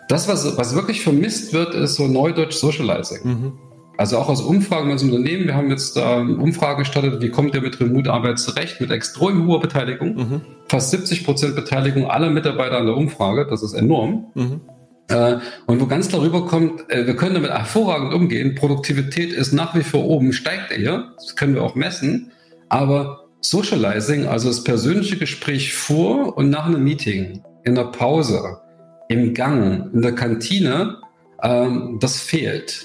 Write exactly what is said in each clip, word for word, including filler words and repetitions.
Das, was, was wirklich vermisst wird, ist so Neudeutsch Socializing. Mhm. Also auch aus Umfragen als Unternehmen. Wir haben jetzt äh, Umfragen gestartet, wie kommt ihr mit Remote-Arbeit zurecht, mit extrem hoher Beteiligung. Mhm. Fast siebzig Prozent Beteiligung aller Mitarbeiter an der Umfrage, das ist enorm. Mhm. Äh, und wo ganz darüber kommt, äh, wir können damit hervorragend umgehen, Produktivität ist nach wie vor oben, steigt eher, das können wir auch messen, aber Socializing, also das persönliche Gespräch vor und nach einem Meeting, in der Pause, im Gang, in der Kantine, äh, das fehlt.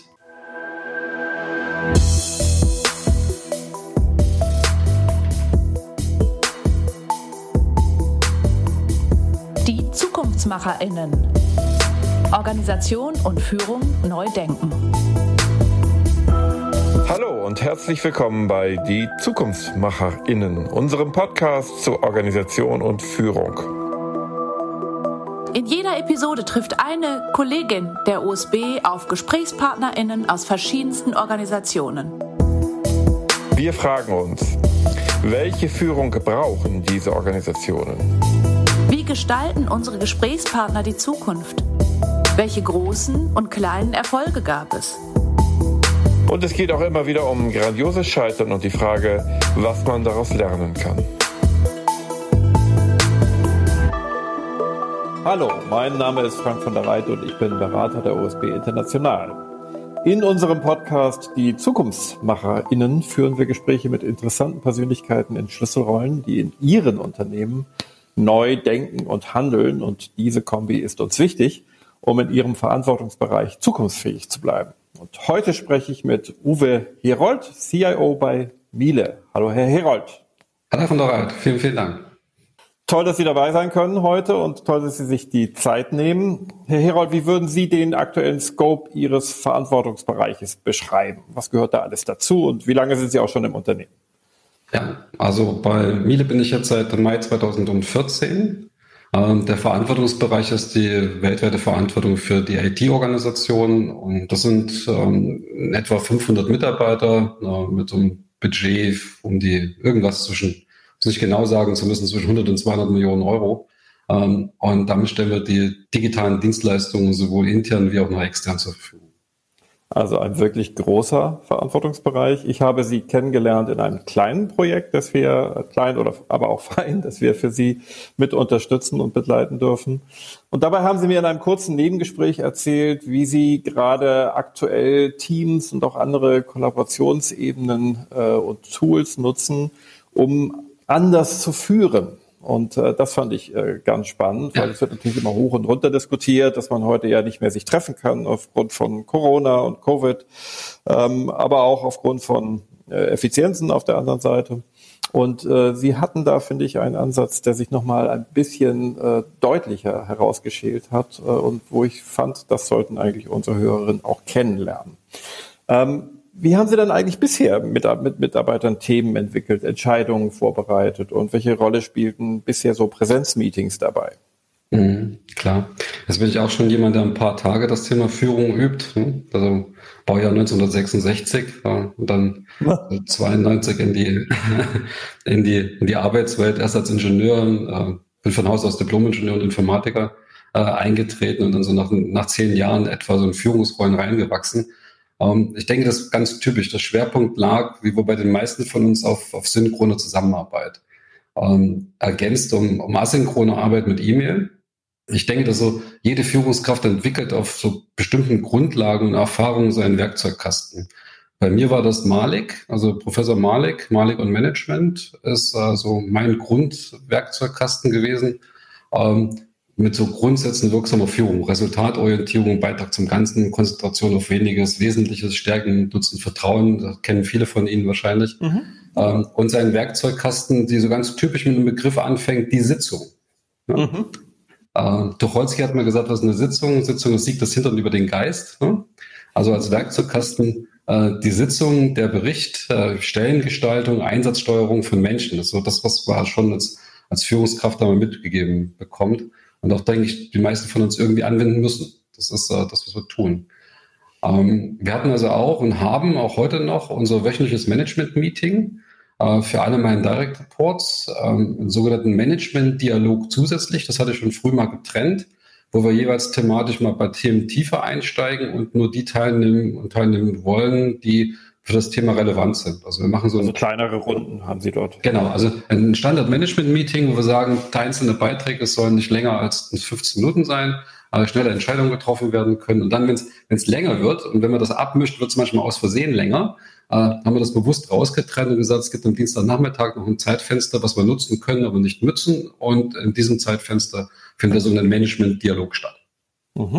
Die ZukunftsmacherInnen. Organisation und Führung neu denken. Hallo und herzlich willkommen bei Die ZukunftsmacherInnen, unserem Podcast zur Organisation und Führung. In jeder Episode trifft eine Kollegin der O S B auf GesprächspartnerInnen aus verschiedensten Organisationen. Wir fragen uns, welche Führung brauchen diese Organisationen? Wie gestalten unsere Gesprächspartner die Zukunft? Welche großen und kleinen Erfolge gab es? Und es geht auch immer wieder um grandioses Scheitern und die Frage, was man daraus lernen kann. Hallo, mein Name ist Frank von der Reit und ich bin Berater der O S B International. In unserem Podcast Die ZukunftsmacherInnen führen wir Gespräche mit interessanten Persönlichkeiten in Schlüsselrollen, die in ihren Unternehmen neu denken und handeln. Und diese Kombi ist uns wichtig, um in ihrem Verantwortungsbereich zukunftsfähig zu bleiben. Und heute spreche ich mit Uwe Herold, C I O bei Miele. Hallo, Herr Herold. Hallo von der Reit, vielen, vielen Dank. Toll, dass Sie dabei sein können heute und toll, dass Sie sich die Zeit nehmen. Herr Herold, wie würden Sie den aktuellen Scope Ihres Verantwortungsbereiches beschreiben? Was gehört da alles dazu und wie lange sind Sie auch schon im Unternehmen? Ja, also bei Miele bin ich jetzt seit Mai zweitausendvierzehn. Ähm, der Verantwortungsbereich ist die weltweite Verantwortung für die I T-Organisation und das sind ähm, etwa fünfhundert Mitarbeiter äh, mit einem Budget um die irgendwas zwischen, muss nicht genau sagen zu müssen, zwischen hundert und zweihundert Millionen Euro. Ähm, und damit stellen wir die digitalen Dienstleistungen sowohl intern wie auch nach extern zur Verfügung. Also ein wirklich großer Verantwortungsbereich. Ich habe Sie kennengelernt in einem kleinen Projekt, das wir, klein oder aber auch fein, das wir für Sie mit unterstützen und begleiten dürfen. Und dabei haben Sie mir in einem kurzen Nebengespräch erzählt, wie Sie gerade aktuell Teams und auch andere Kollaborationsebenen äh, und Tools nutzen, um anders zu führen. Und äh, das fand ich äh, ganz spannend, weil es wird natürlich immer hoch und runter diskutiert, dass man heute ja nicht mehr sich treffen kann aufgrund von Corona und Covid, ähm, aber auch aufgrund von äh, Effizienzen auf der anderen Seite. Und äh, Sie hatten da, finde ich, einen Ansatz, der sich nochmal ein bisschen äh, deutlicher herausgeschält hat äh, und wo ich fand, das sollten eigentlich unsere Hörerinnen auch kennenlernen. Ähm, Wie haben Sie denn eigentlich bisher mit, mit Mitarbeitern Themen entwickelt, Entscheidungen vorbereitet und welche Rolle spielten bisher so Präsenzmeetings dabei? Mhm, klar. Jetzt bin ich auch schon jemand, der ein paar Tage das Thema Führung übt. Ne? Also Baujahr neunzehnhundertsechsundsechzig äh, und dann äh, zweiundneunzig in die, in die in die Arbeitswelt, erst als Ingenieur, äh, bin von Haus aus Diplom-Ingenieur und Informatiker äh, eingetreten und dann so nach, nach zehn Jahren etwa so in Führungsrollen reingewachsen. Um, ich denke, das ist ganz typisch. Der Schwerpunkt lag, wie bei den meisten von uns, auf, auf synchrone Zusammenarbeit. Um, ergänzt um, um asynchrone Arbeit mit E-Mail. Ich denke, dass so jede Führungskraft entwickelt auf so bestimmten Grundlagen und Erfahrungen seinen Werkzeugkasten. Bei mir war das Malik, also Professor Malik, Malik und Management ist uh, so mein Grundwerkzeugkasten gewesen. Um, mit so Grundsätzen wirksamer Führung, Resultatorientierung, Beitrag zum Ganzen, Konzentration auf Weniges, Wesentliches, Stärken, Nutzen, Vertrauen, das kennen viele von Ihnen wahrscheinlich. Mhm. Ähm, und seinen Werkzeugkasten, die so ganz typisch mit einem Begriff anfängt, die Sitzung. Ja? Mhm. Äh, Tucholsky hat mal gesagt, was ist eine Sitzung? Sitzung ist Sieg des Hintern über den Geist. Ne? Also als Werkzeugkasten äh, die Sitzung, der Bericht, äh, Stellengestaltung, Einsatzsteuerung von Menschen. Das ist so das, was man schon als, als Führungskraft einmal mitgegeben bekommt. Und auch, denke ich, die meisten von uns irgendwie anwenden müssen. Das ist äh, das, was wir tun. Ähm, wir hatten also auch und haben auch heute noch unser wöchentliches Management-Meeting äh, für alle meine Direct Reports, ähm, einen sogenannten Management-Dialog zusätzlich. Das hatte ich schon früh mal getrennt. wo wir jeweils thematisch mal bei Themen tiefer einsteigen und nur die teilnehmen und teilnehmen wollen, die für das Thema relevant sind. Also wir machen so also ein, kleinere Runden haben Sie dort. Genau, also ein Standard-Management-Meeting, wo wir sagen, einzelne Beiträge sollen nicht länger als fünfzehn Minuten sein, aber schnelle Entscheidungen getroffen werden können. Und dann, wenn es länger wird und wenn man das abmischt, wird es manchmal aus Versehen länger, äh, haben wir das bewusst rausgetrennt und gesagt, es gibt am Dienstagnachmittag noch ein Zeitfenster, was wir nutzen können, aber nicht nutzen. Und in diesem Zeitfenster findet so ein Management-Dialog statt. Mhm.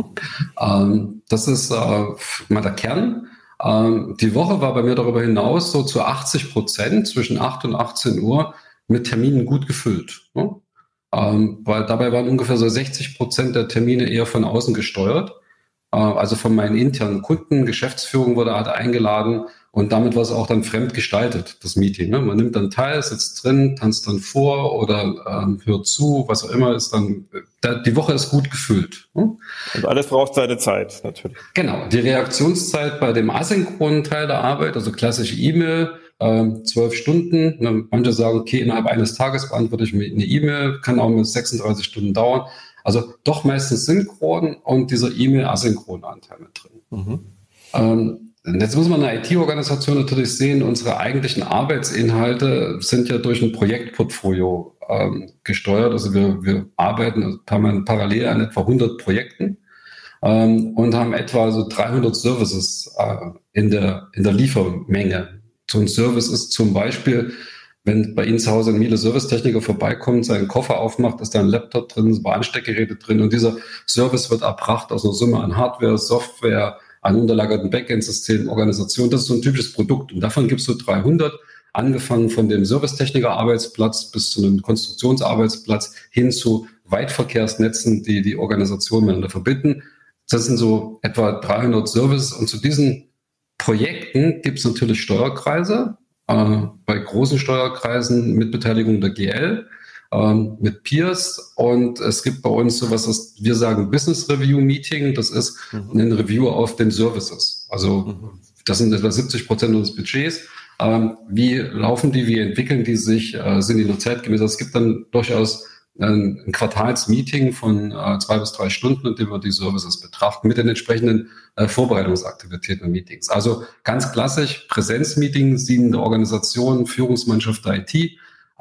Ähm, das ist äh, mal der Kern. Ähm, die Woche war bei mir darüber hinaus so zu achtzig Prozent zwischen acht und achtzehn Uhr mit Terminen gut gefüllt. Ne? Ähm, weil dabei waren ungefähr so sechzig Prozent der Termine eher von außen gesteuert. Äh, also von meinen internen Kunden, Geschäftsführung wurde halt eingeladen und damit war es auch dann fremd gestaltet, das Meeting. Ne? Man nimmt dann teil, sitzt drin, tanzt dann vor oder ähm, hört zu, was auch immer ist dann, da, die Woche ist gut gefüllt. Ne? Und alles braucht seine Zeit, natürlich. Genau, die Reaktionszeit bei dem asynchronen Teil der Arbeit, also klassische E-Mail, zwölf äh, Stunden. Ne? Manche sagen, okay, innerhalb eines Tages beantworte ich mir eine E-Mail, kann auch mit sechsunddreißig Stunden dauern. Also doch meistens synchron und dieser E-Mail-asynchrone Anteil mit drin. Mhm. Ähm, Jetzt muss man in der I T-Organisation natürlich sehen, unsere eigentlichen Arbeitsinhalte sind ja durch ein Projektportfolio ähm, gesteuert. Also wir, wir arbeiten parallel an etwa hundert Projekten ähm, und haben etwa so dreihundert Services äh, in der, in der Liefermenge. So ein Service ist zum Beispiel, wenn bei Ihnen zu Hause ein Miele-Servicetechniker vorbeikommt, seinen Koffer aufmacht, ist da ein Laptop drin, ein paar Ansteckgeräte drin und dieser Service wird erbracht aus einer Summe an Hardware, Software, an unterlagerten Backend-Systemen, Organisation. Das ist so ein typisches Produkt. Und davon gibt es so dreihundert, angefangen von dem Servicetechniker-Arbeitsplatz bis zu einem Konstruktionsarbeitsplatz hin zu Weitverkehrsnetzen, die die Organisationen miteinander verbinden. Das sind so etwa dreihundert Services. Und zu diesen Projekten gibt es natürlich Steuerkreise. Äh, bei großen Steuerkreisen mit Beteiligung der G L, äh, mit Peers. Und es gibt bei uns sowas, was wir sagen Business Review Meeting. Das ist mhm. ein Review auf den Services. Also mhm. das sind etwa siebzig Prozent unseres Budgets. Ähm, wie laufen die, wie entwickeln die sich, äh, sind die noch zeitgemäß? Es gibt dann durchaus ein, ein Quartalsmeeting von äh, zwei bis drei Stunden, in dem wir die Services betrachten, mit den entsprechenden äh, Vorbereitungsaktivitäten und Meetings. Also ganz klassisch Präsenzmeetings, dienende Organisation, Führungsmannschaft der I T,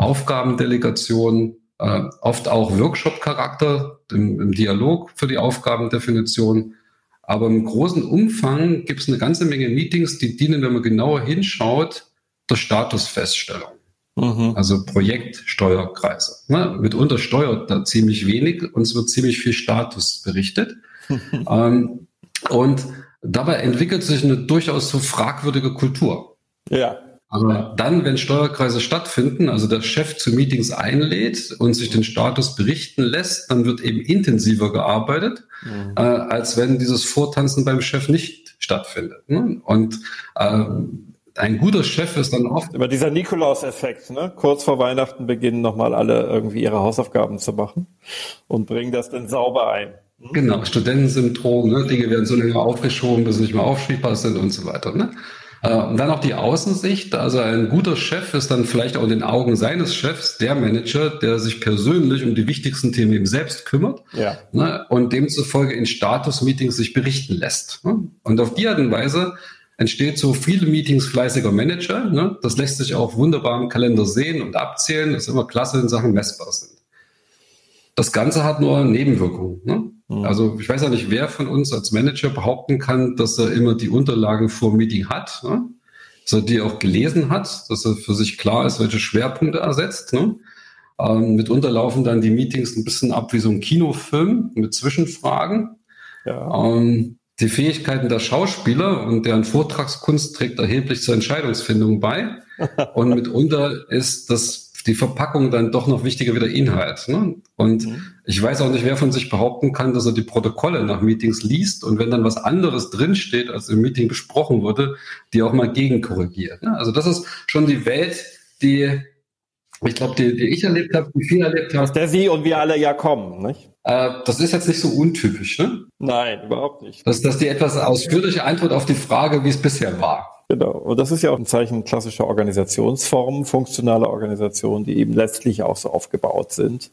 Aufgabendelegation, äh, oft auch Workshop-Charakter im, im Dialog für die Aufgabendefinition. Aber im großen Umfang gibt es eine ganze Menge Meetings, die dienen, wenn man genauer hinschaut, der Statusfeststellung. Mhm. Also Projektsteuerkreise. Ne? Mitunter steuert da ziemlich wenig und es wird ziemlich viel Status berichtet. ähm, und dabei entwickelt sich eine durchaus so fragwürdige Kultur. Ja. Aber dann, wenn Steuerkreise stattfinden, also der Chef zu Meetings einlädt und sich den Status berichten lässt, dann wird eben intensiver gearbeitet, mhm. äh, als wenn dieses Vortanzen beim Chef nicht stattfindet. Ne? Und äh, ein guter Chef ist dann oft... Aber dieser Nikolaus-Effekt, ne? Kurz vor Weihnachten beginnen nochmal alle irgendwie ihre Hausaufgaben zu machen und bringen das dann sauber ein. Hm? Genau, Studentensyndrom, ne? Dinge werden so lange aufgeschoben, bis sie nicht mehr aufschiebbar sind und so weiter. Ne? Und dann auch die Außensicht. Also ein guter Chef ist dann vielleicht auch in den Augen seines Chefs der Manager, der sich persönlich um die wichtigsten Themen eben selbst kümmert, ja. ne? Und demzufolge in Status-Meetings sich berichten lässt. Ne? Und auf die Art und Weise entsteht so viele Meetings fleißiger Manager. Ne? Das lässt sich auch wunderbar im Kalender sehen und abzählen. Das ist immer klasse, wenn Sachen messbar sind. Das Ganze hat nur Nebenwirkungen. Ne? Mhm. Also ich weiß ja nicht, wer von uns als Manager behaupten kann, dass er immer die Unterlagen vor dem Meeting hat, ne? Dass er die auch gelesen hat, dass er für sich klar ist, welche Schwerpunkte er setzt. Ne? Ähm, mitunter laufen dann die Meetings ein bisschen ab wie so ein Kinofilm mit Zwischenfragen. Ja. Ähm, Die Fähigkeiten der Schauspieler und deren Vortragskunst trägt erheblich zur Entscheidungsfindung bei. Und mitunter ist das, die Verpackung dann doch noch wichtiger wie der Inhalt. Ne? Und mhm. ich weiß auch nicht, wer von sich behaupten kann, dass er die Protokolle nach Meetings liest und wenn dann was anderes drinsteht, als im Meeting besprochen wurde, die auch mal gegenkorrigiert. Ne? Also das ist schon die Welt, die, ich glaube, die, die ich erlebt habe, die viele erlebt haben. Aus der Sie und wir alle ja kommen, nicht? Das ist jetzt nicht so untypisch, ne? Nein, überhaupt nicht. Das, das ist die etwas ausführliche Antwort auf die Frage, wie es bisher war. Genau. Und das ist ja auch ein Zeichen klassischer Organisationsformen, funktionaler Organisationen, die eben letztlich auch so aufgebaut sind,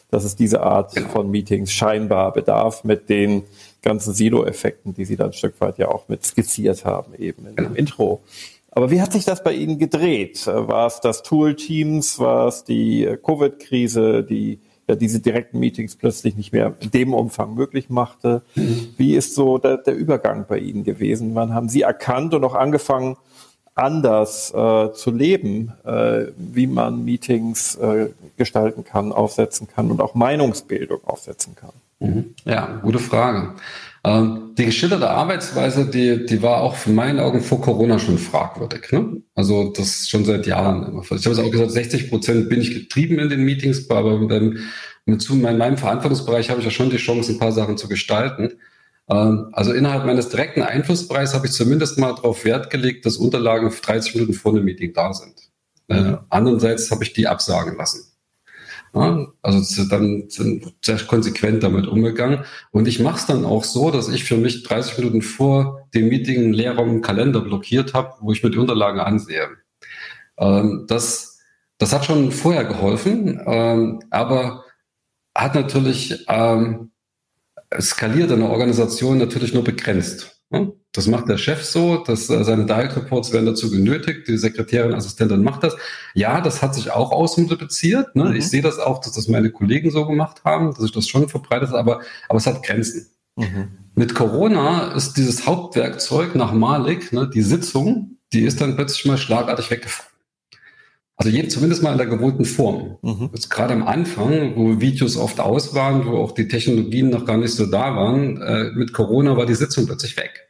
dass es diese Art genau. von Meetings scheinbar bedarf mit den ganzen Silo-Effekten, die Sie dann ein Stück weit ja auch mit skizziert haben, eben in genau. dem Intro. Aber wie hat sich das bei Ihnen gedreht? War es das Tool Teams, war es die Covid-Krise, die ja diese direkten Meetings plötzlich nicht mehr in dem Umfang möglich machte? Mhm. Wie ist so der, der Übergang bei Ihnen gewesen? Wann haben Sie erkannt und auch angefangen, anders äh, zu leben, äh, wie man Meetings äh, gestalten kann, aufsetzen kann und auch Meinungsbildung aufsetzen kann? Mhm. Ja, gute Frage. Ähm, die geschilderte Arbeitsweise, die, die war auch für meinen Augen vor Corona schon fragwürdig. Ne? Also das schon seit Jahren immer. Ich habe es auch gesagt, sechzig Prozent bin ich getrieben in den Meetings, aber ähm, mit zu in meinem Verantwortungsbereich habe ich ja schon die Chance, ein paar Sachen zu gestalten. Ähm, also innerhalb meines direkten Einflussbereichs habe ich zumindest mal darauf Wert gelegt, dass Unterlagen für dreißig Minuten vor dem Meeting da sind. Äh, andererseits habe ich die absagen lassen. Ja, also dann sind sehr konsequent damit umgegangen. Und ich mache es dann auch so, dass ich für mich dreißig Minuten vor dem Meeting einen Leerraum im Kalender blockiert habe, wo ich mir die Unterlagen ansehe. Ähm, das, das hat schon vorher geholfen, ähm, aber hat natürlich ähm, skaliert in der Organisation natürlich nur begrenzt. Das macht der Chef so, dass seine Direct Reports werden dazu genötigt, die Sekretärin, Assistentin macht das. Ja, das hat sich auch ausmultipliziert. Ne? Mhm. Ich sehe das auch, dass das meine Kollegen so gemacht haben, dass sich das schon verbreitet hat, aber, aber es hat Grenzen. Mhm. Mit Corona ist dieses Hauptwerkzeug nach Malik, ne, die Sitzung, die ist dann plötzlich mal schlagartig weggefallen. Also jeden, zumindest mal in der gewohnten Form. Mhm. Jetzt gerade am Anfang, wo Videos oft aus waren, wo auch die Technologien noch gar nicht so da waren, äh, mit Corona war die Sitzung plötzlich weg.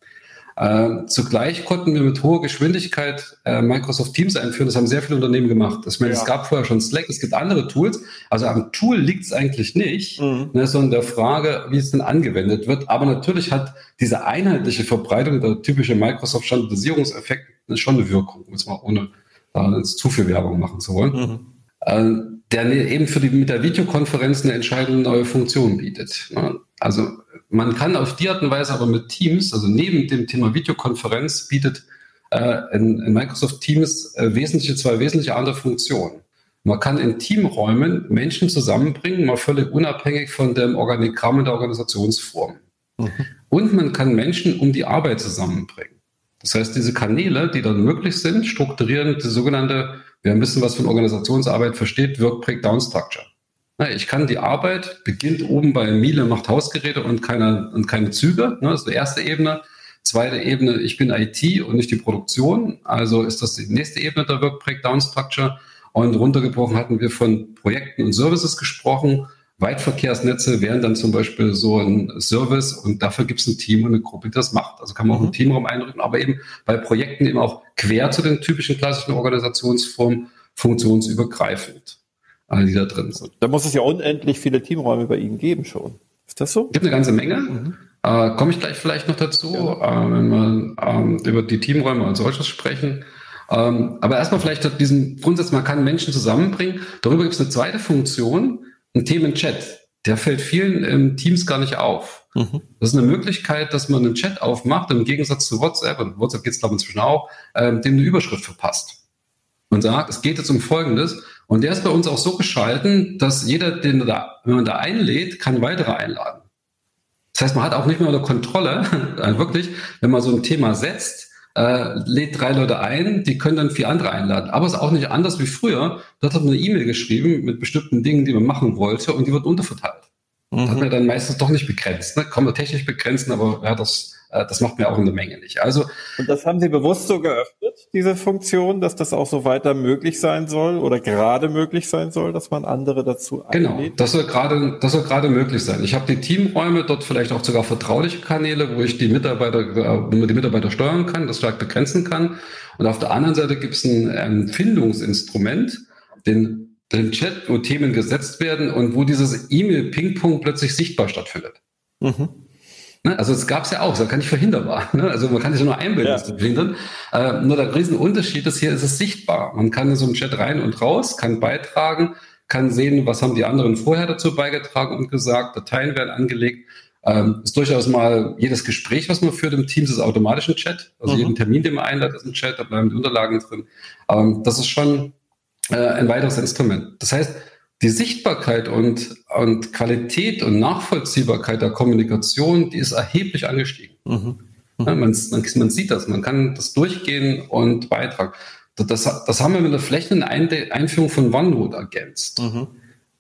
Äh, zugleich konnten wir mit hoher Geschwindigkeit äh, Microsoft Teams einführen. Das haben sehr viele Unternehmen gemacht. Ich meine, ja. Es gab vorher schon Slack, es gibt andere Tools. Also am Tool liegt es eigentlich nicht, mhm. ne, sondern der Frage, wie es denn angewendet wird. Aber natürlich hat diese einheitliche Verbreitung, der typische Microsoft-Standardisierungseffekt, schon eine Wirkung, um es mal ohne da zu viel Werbung machen zu wollen. Mhm. Äh, der eben für die mit der Videokonferenz eine entscheidende neue Funktion bietet. Ne? Also man kann auf die Art und Weise aber mit Teams, also neben dem Thema Videokonferenz, bietet äh, in, in Microsoft Teams äh, wesentliche, zwei wesentliche andere Funktionen. Man kann in Teamräumen Menschen zusammenbringen, mal völlig unabhängig von dem Organigramm und der Organisationsform. Mhm. Und man kann Menschen um die Arbeit zusammenbringen. Das heißt, diese Kanäle, die dann möglich sind, strukturieren die sogenannte, wer ein bisschen was von Organisationsarbeit versteht, Work Breakdown Structure. Ich kann die Arbeit, beginnt oben bei Miele, macht Hausgeräte und keine, und keine Züge. Das ist die erste Ebene. Zweite Ebene, ich bin I T und nicht die Produktion. Also ist das die nächste Ebene der Work Breakdown Structure. Und runtergebrochen hatten wir von Projekten und Services gesprochen. Weitverkehrsnetze wären dann zum Beispiel so ein Service und dafür gibt es ein Team und eine Gruppe, die das macht. Also kann man auch einen Teamraum einrücken, aber eben bei Projekten eben auch quer zu den typischen klassischen Organisationsformen funktionsübergreifend, die da drin sind. Da muss es ja unendlich viele Teamräume bei Ihnen geben schon. Ist das so? Es gibt eine ganze Menge. Mhm. Äh, komme ich gleich vielleicht noch dazu, ja. äh, wenn wir ähm, über die Teamräume als solches sprechen. Ähm, aber erstmal vielleicht diesen Grundsatz, man kann Menschen zusammenbringen. Darüber gibt es eine zweite Funktion, ein Themenchat. Der fällt vielen ähm, Teams gar nicht auf. Mhm. Das ist eine Möglichkeit, dass man einen Chat aufmacht, im Gegensatz zu WhatsApp, und WhatsApp geht es glaube ich inzwischen auch, ähm, dem eine Überschrift verpasst. Man sagt, es geht jetzt um Folgendes. Und der ist bei uns auch so geschalten, dass jeder, den da, wenn man da einlädt, kann weitere einladen. Das heißt, man hat auch nicht mehr unter Kontrolle, wirklich, wenn man so ein Thema setzt, Äh, lädt drei Leute ein, die können dann vier andere einladen. Aber es ist auch nicht anders wie früher. Dort hat man eine E-Mail geschrieben mit bestimmten Dingen, die man machen wollte, und die wird unterverteilt. Mhm. Das hat man dann meistens doch nicht begrenzt. Ne? Kann man technisch begrenzen, aber ja, das, äh, das macht mir auch eine Menge nicht. Also, und das haben Sie bewusst so geöffnet, diese Funktion, dass das auch so weiter möglich sein soll oder gerade möglich sein soll, dass man andere dazu einlädt? Genau, das soll gerade, das soll gerade möglich sein. Ich habe die Teamräume, dort vielleicht auch sogar vertrauliche Kanäle, wo ich die Mitarbeiter, wo man die Mitarbeiter steuern kann, das stark begrenzen kann. Und auf der anderen Seite gibt es ein, ein Findungsinstrument, den, den Chat, wo Themen gesetzt werden und wo dieses E-Mail-Ping-Pong plötzlich sichtbar stattfindet. Mhm. Also es gab es ja auch, das kann nicht verhinderbar. Ne? Also man kann sich nur einbilden, dass das verhindert. Äh, nur der Riesenunterschied ist, hier ist es sichtbar. Man kann in so einen Chat rein und raus, kann beitragen, kann sehen, was haben die anderen vorher dazu beigetragen und gesagt, Dateien werden angelegt. Ähm, ist durchaus mal jedes Gespräch, was man führt im Teams, ist automatisch ein Chat. Also mhm. jeden Termin, den man einlädt, ist ein Chat, da bleiben die Unterlagen drin. Ähm, das ist schon äh, ein weiteres Instrument. Das heißt, die Sichtbarkeit und, und Qualität und Nachvollziehbarkeit der Kommunikation, die ist erheblich angestiegen. Mhm. Mhm. Ja, man, man, man sieht das, man kann das durchgehen und beitragen. Das, das haben wir mit der flächendeckenden Einführung von OneNote ergänzt. Mhm.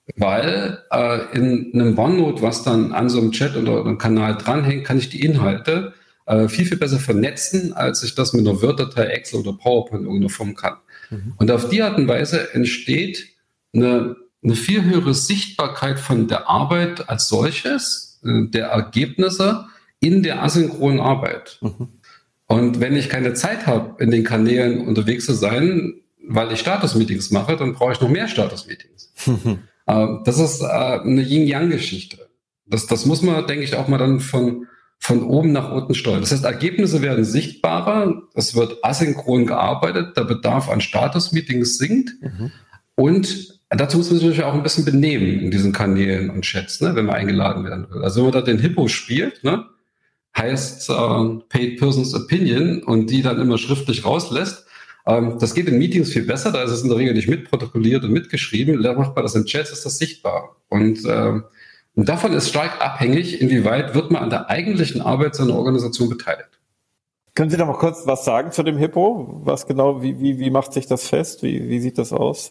Weil äh, in einem OneNote, was dann an so einem Chat oder einem Kanal dranhängt, kann ich die Inhalte äh, viel, viel besser vernetzen, als ich das mit einer Word-Datei, Excel oder PowerPoint in irgendeiner Form kann. Mhm. Und auf die Art und Weise entsteht eine, eine viel höhere Sichtbarkeit von der Arbeit als solches, äh, der Ergebnisse in der asynchronen Arbeit. Mhm. Und wenn ich keine Zeit habe, in den Kanälen unterwegs zu sein, weil ich Status-Meetings mache, dann brauche ich noch mehr Status-Meetings. Mhm. Das ist eine Yin-Yang-Geschichte. Das, das muss man, denke ich, auch mal dann von, von oben nach unten steuern. Das heißt, Ergebnisse werden sichtbarer, es wird asynchron gearbeitet, der Bedarf an Status-Meetings sinkt. Mhm. Und dazu muss man sich natürlich auch ein bisschen benehmen in diesen Kanälen und Chats, ne, wenn man eingeladen werden will. Also wenn man da den Hippo spielt, ne, heißt äh, Paid Person's Opinion und die dann immer schriftlich rauslässt, das geht in Meetings viel besser, da ist es in der Regel nicht mitprotokolliert und mitgeschrieben. Da macht man das in Chats, ist das sichtbar. Und, ähm, und davon ist stark abhängig, inwieweit wird man an der eigentlichen Arbeit seiner Organisation beteiligt. Können Sie da mal kurz was sagen zu dem Hippo? Was genau, wie, wie, wie macht sich das fest? Wie, wie sieht das aus?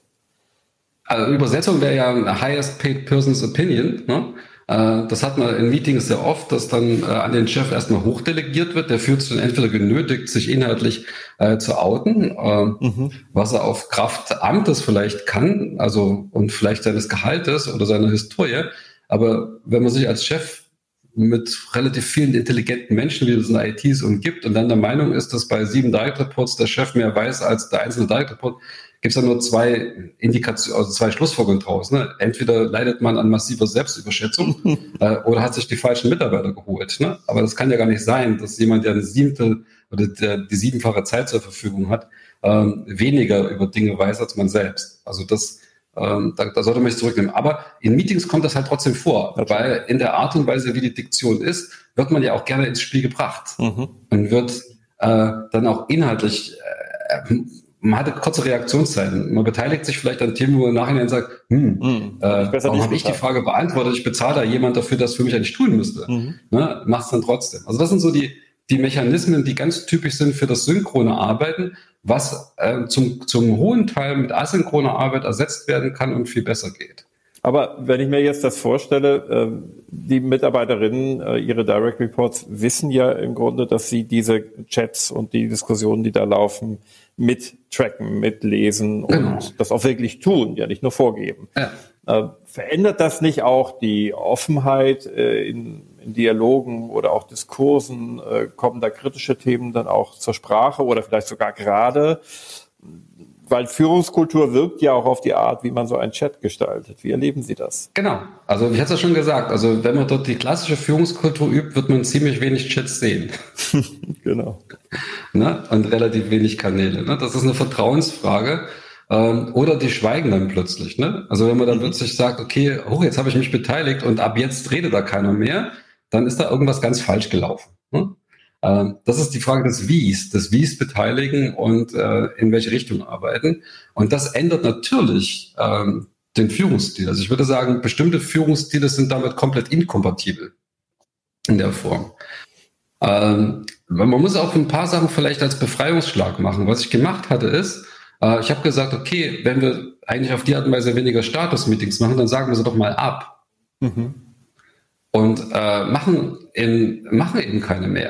Also Übersetzung wäre ja Highest Paid Person's Opinion, ne? Das hat man in Meetings sehr oft, dass dann äh, an den Chef erstmal hochdelegiert wird. Der fühlt sich dann entweder genötigt, sich inhaltlich äh, zu outen, äh, mhm. was er auf Kraft Amtes vielleicht kann, also und vielleicht seines Gehaltes oder seiner Historie. Aber wenn man sich als Chef mit relativ vielen intelligenten Menschen, wie es in der I T ist, umgibt und dann der Meinung ist, dass bei sieben Direct Reports der Chef mehr weiß als der einzelne Direct Report, gibt es da nur zwei Indikationen, also zwei Schlussfolgerungen draus. Ne? Entweder leidet man an massiver Selbstüberschätzung äh, oder hat sich die falschen Mitarbeiter geholt. Ne? Aber das kann ja gar nicht sein, dass jemand, der eine siebte oder der die siebenfache Zeit zur Verfügung hat, ähm, weniger über Dinge weiß als man selbst. Also das, ähm, da, da sollte man sich zurücknehmen. Aber in Meetings kommt das halt trotzdem vor, okay. Weil in der Art und Weise, wie die Diktion ist, wird man ja auch gerne ins Spiel gebracht mhm. und wird äh, dann auch inhaltlich äh, man hatte kurze Reaktionszeiten. Man beteiligt sich vielleicht an Themen, wo man nachher sagt, hm, mm, äh, warum habe ich die Frage beantwortet? Ich bezahle da jemand dafür, das für mich eigentlich tun müsste. Mhm. Ne, macht's dann trotzdem. Also das sind so die, die Mechanismen, die ganz typisch sind für das synchrone Arbeiten, was äh, zum, zum hohen Teil mit asynchroner Arbeit ersetzt werden kann und viel besser geht. Aber wenn ich mir jetzt das vorstelle, die Mitarbeiterinnen, ihre Direct Reports wissen ja im Grunde, dass sie diese Chats und die Diskussionen, die da laufen, mittracken, mitlesen genau. und das auch wirklich tun, ja nicht nur vorgeben. Ja. Verändert das nicht auch die Offenheit in, in Dialogen oder auch Diskursen? Kommen da kritische Themen dann auch zur Sprache oder vielleicht sogar gerade? Weil Führungskultur wirkt ja auch auf die Art, wie man so einen Chat gestaltet. Wie erleben Sie das? Genau. Also ich hatte es ja schon gesagt. Also wenn man dort die klassische Führungskultur übt, wird man ziemlich wenig Chats sehen. Genau. Ne? Und relativ wenig Kanäle. Ne? Das ist eine Vertrauensfrage. Ähm, oder die schweigen dann plötzlich. Ne? Also wenn man dann mhm. plötzlich sagt, okay, oh, jetzt habe ich mich beteiligt und ab jetzt redet da keiner mehr, dann ist da irgendwas ganz falsch gelaufen. Ne? Das ist die Frage des Wies, des Wies beteiligen und äh, in welche Richtung arbeiten. Und das ändert natürlich ähm, den Führungsstil. Also ich würde sagen, bestimmte Führungsstile sind damit komplett inkompatibel in der Form. Ähm, man muss auch ein paar Sachen vielleicht als Befreiungsschlag machen. Was ich gemacht hatte ist, äh, ich habe gesagt, okay, wenn wir eigentlich auf die Art und Weise weniger Status-Meetings machen, dann sagen wir sie doch mal ab. Mhm. Und äh, machen, in, machen eben keine mehr.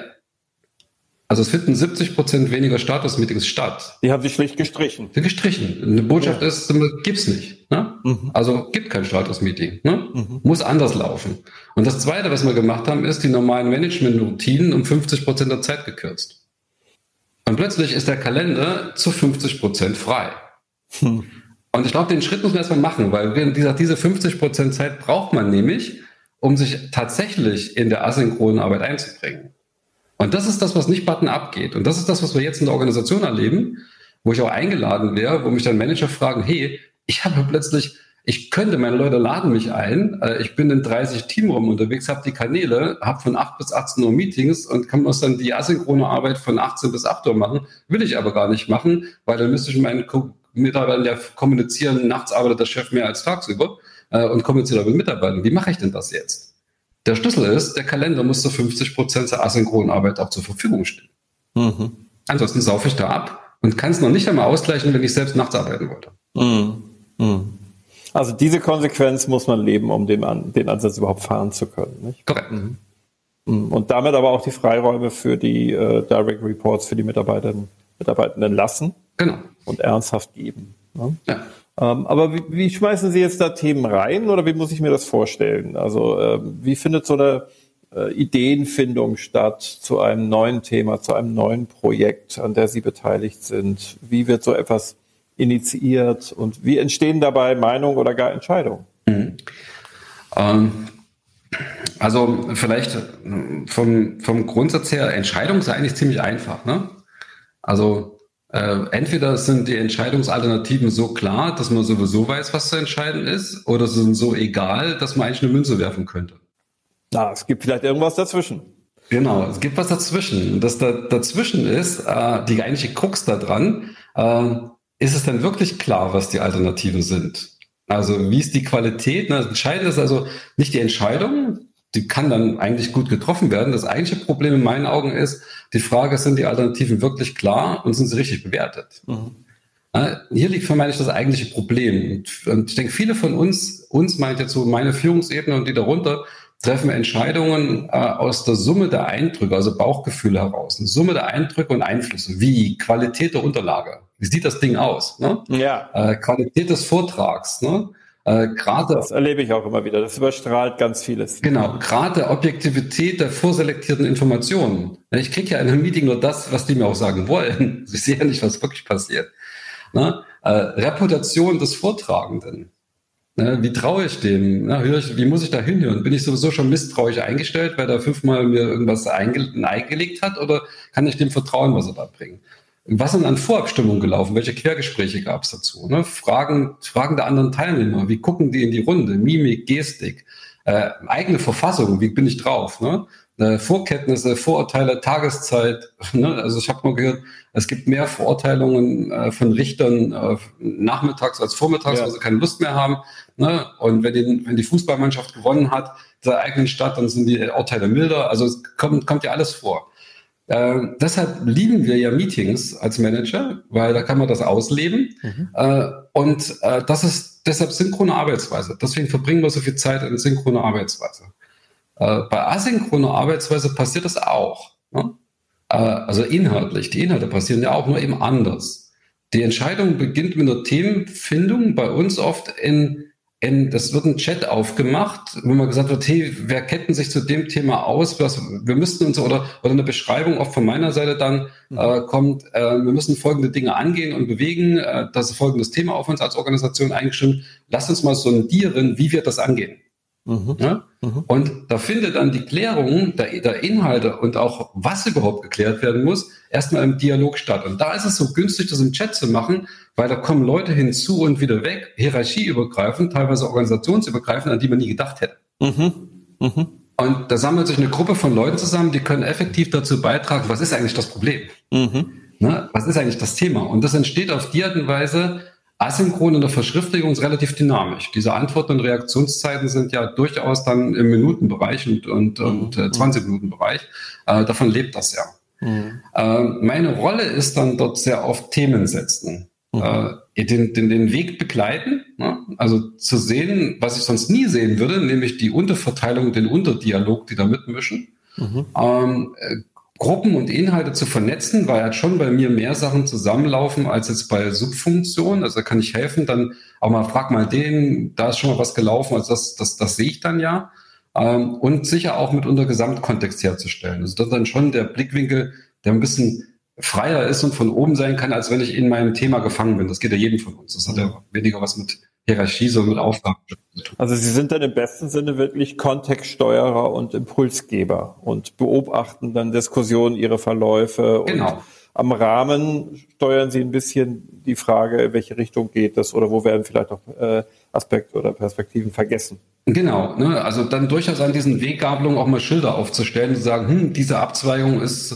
Also es finden siebzig Prozent weniger Status-Meetings statt. Die haben sie schlicht gestrichen. Gestrichen. Eine Botschaft ja. ist, gibt's nicht. Ne? Mhm. Also gibt kein Status-Meeting. Ne? Mhm. Muss anders laufen. Und das Zweite, was wir gemacht haben, ist die normalen Management-Routinen um fünfzig Prozent der Zeit gekürzt. Und plötzlich ist der Kalender zu fünfzig Prozent frei. Mhm. Und ich glaube, den Schritt muss man erstmal machen, weil dieser, diese fünfzig Prozent Zeit braucht man nämlich, um sich tatsächlich in der asynchronen Arbeit einzubringen. Und das ist das, was nicht button-up geht. Und das ist das, was wir jetzt in der Organisation erleben, wo ich auch eingeladen wäre, wo mich dann Manager fragen, hey, ich habe plötzlich, ich könnte, meine Leute laden mich ein, ich bin in dreißig Teamräumen unterwegs, habe die Kanäle, habe von acht bis achtzehn Uhr Meetings und kann muss dann die asynchrone Arbeit von achtzehn bis acht Uhr machen, will ich aber gar nicht machen, weil dann müsste ich meinen Mitarbeitern, der kommunizieren, nachts arbeitet der Chef mehr als tagsüber äh, und kommuniziert mit Mitarbeitern. Wie mache ich denn das jetzt? Der Schlüssel ist, der Kalender muss zu fünfzig Prozent der asynchronen Arbeit auch zur Verfügung stehen. Mhm. Ansonsten saufe ich da ab und kann es noch nicht einmal ausgleichen, wenn ich selbst nachts arbeiten wollte. Mhm. Mhm. Also diese Konsequenz muss man leben, um den, den Ansatz überhaupt fahren zu können. Nicht? Korrekt. Mhm. Und damit aber auch die Freiräume für die äh, Direct Reports für die Mitarbeitenden, Mitarbeitenden lassen genau. und ernsthaft geben. Ne? Ja. Ähm, aber wie, wie schmeißen Sie jetzt da Themen rein oder wie muss ich mir das vorstellen? Also äh, wie findet so eine äh, Ideenfindung statt zu einem neuen Thema, zu einem neuen Projekt, an der Sie beteiligt sind? Wie wird so etwas initiiert und wie entstehen dabei Meinungen oder gar Entscheidungen? Mhm. Ähm, also vielleicht vom, vom Grundsatz her, Entscheidung ist eigentlich ziemlich einfach. Ne? Also Äh, entweder sind die Entscheidungsalternativen so klar, dass man sowieso weiß, was zu entscheiden ist, oder sie sind so egal, dass man eigentlich eine Münze werfen könnte. Na, es gibt vielleicht irgendwas dazwischen. Genau, es gibt was dazwischen. Und das da, dazwischen ist, äh, die eigentliche Krux daran, äh, ist es denn wirklich klar, was die Alternativen sind? Also wie ist die Qualität? Na, das Entscheidende ist also nicht die Entscheidung, die kann dann eigentlich gut getroffen werden. Das eigentliche Problem in meinen Augen ist, die Frage, sind die Alternativen wirklich klar und sind sie richtig bewertet? Mhm. Ja, hier liegt für mich das eigentliche Problem. Und, und ich denke, viele von uns, uns meint jetzt so meine Führungsebene und die darunter, treffen Entscheidungen äh, aus der Summe der Eindrücke, also Bauchgefühle heraus. Eine Summe der Eindrücke und Einflüsse, wie Qualität der Unterlage. Wie sieht das Ding aus? Ne? Ja. Äh, Qualität des Vortrags, ne? Äh, gerade, das erlebe ich auch immer wieder. Das überstrahlt ganz vieles. Genau, gerade Objektivität der vorselektierten Informationen. Ich kriege ja in einem Meeting nur das, was die mir auch sagen wollen. Ich sehe ja nicht, was wirklich passiert. Ne? Äh, Reputation des Vortragenden. Ne? Wie traue ich dem? Ne? Hör ich, wie muss ich da hinhören? Bin ich sowieso schon misstrauisch eingestellt, weil er fünfmal mir irgendwas einge- eingelegt hat? Oder kann ich dem vertrauen, was er da bringt? Was sind an Vorabstimmungen gelaufen? Welche Quergespräche gab es dazu? Ne? Fragen, Fragen der anderen Teilnehmer. Wie gucken die in die Runde? Mimik, Gestik, äh, eigene Verfassung. Wie bin ich drauf? Ne? Äh, Vorkenntnisse, Vorurteile, Tageszeit. Ne? Also ich habe mal gehört, es gibt mehr Verurteilungen äh, von Richtern äh, nachmittags als vormittags, ja. weil sie keine Lust mehr haben. Ne? Und wenn die, wenn die Fußballmannschaft gewonnen hat, der eigenen Stadt, dann sind die Urteile milder. Also es kommt, kommt ja alles vor. Äh, deshalb lieben wir ja Meetings als Manager, weil da kann man das ausleben. Mhm. Äh, und äh, das ist deshalb synchrone Arbeitsweise. Deswegen verbringen wir so viel Zeit in synchroner Arbeitsweise. Äh, bei asynchroner Arbeitsweise passiert das auch. Ne? Äh, also inhaltlich. Die Inhalte passieren ja auch nur eben anders. Die Entscheidung beginnt mit einer Themenfindung bei uns oft in In, das wird ein Chat aufgemacht, wo man gesagt wird, hey, wer kennt sich zu dem Thema aus? Was, wir müssten uns, oder, oder eine Beschreibung auch von meiner Seite dann mhm. äh, kommt, äh, wir müssen folgende Dinge angehen und bewegen, äh, das ist folgendes Thema auf uns als Organisation eingestimmt. Lass uns mal sondieren, wie wir das angehen. Mhm. Ja? Mhm. Und da findet dann die Klärung der, der Inhalte und auch was überhaupt geklärt werden muss, erstmal im Dialog statt. Und da ist es so günstig, das im Chat zu machen, weil da kommen Leute hinzu und wieder weg, hierarchieübergreifend, teilweise organisationsübergreifend, an die man nie gedacht hätte. Mhm. Mhm. Und da sammelt sich eine Gruppe von Leuten zusammen, die können effektiv dazu beitragen, was ist eigentlich das Problem? Mhm. Ne? Was ist eigentlich das Thema? Und das entsteht auf die Art und Weise, asynchron in der Verschriftlichung ist relativ dynamisch. Diese Antworten- und Reaktionszeiten sind ja durchaus dann im Minutenbereich und, und, mhm. und äh, zwanzig-Minuten-Bereich. Äh, davon lebt das ja. Mhm. Äh, meine Rolle ist dann dort sehr oft Themen setzen. Mhm. Äh, den, den, den Weg begleiten, ne? Also zu sehen, was ich sonst nie sehen würde, nämlich die Unterverteilung, den Unterdialog, die da mitmischen. Mhm. Ähm, äh, Gruppen und Inhalte zu vernetzen, weil halt schon bei mir mehr Sachen zusammenlaufen als jetzt bei Subfunktionen. Also da kann ich helfen, dann auch mal, frag mal den, da ist schon mal was gelaufen, also das, das, das sehe ich dann ja. Ähm, und sicher auch mitunter Gesamtkontext herzustellen. Also das ist dann schon der Blickwinkel, der ein bisschen freier ist und von oben sein kann, als wenn ich in meinem Thema gefangen bin. Das geht ja jedem von uns. Das hat ja weniger was mit Hierarchie, sondern mit Aufgaben. Also Sie sind dann im besten Sinne wirklich Kontextsteuerer und Impulsgeber und beobachten dann Diskussionen, ihre Verläufe. Genau. Und am Rahmen steuern Sie ein bisschen die Frage, in welche Richtung geht das oder wo werden vielleicht auch äh, Aspekte oder Perspektiven vergessen. Genau, ne? Also dann durchaus an diesen Weggabelungen auch mal Schilder aufzustellen und zu sagen, hm, diese Abzweigung ist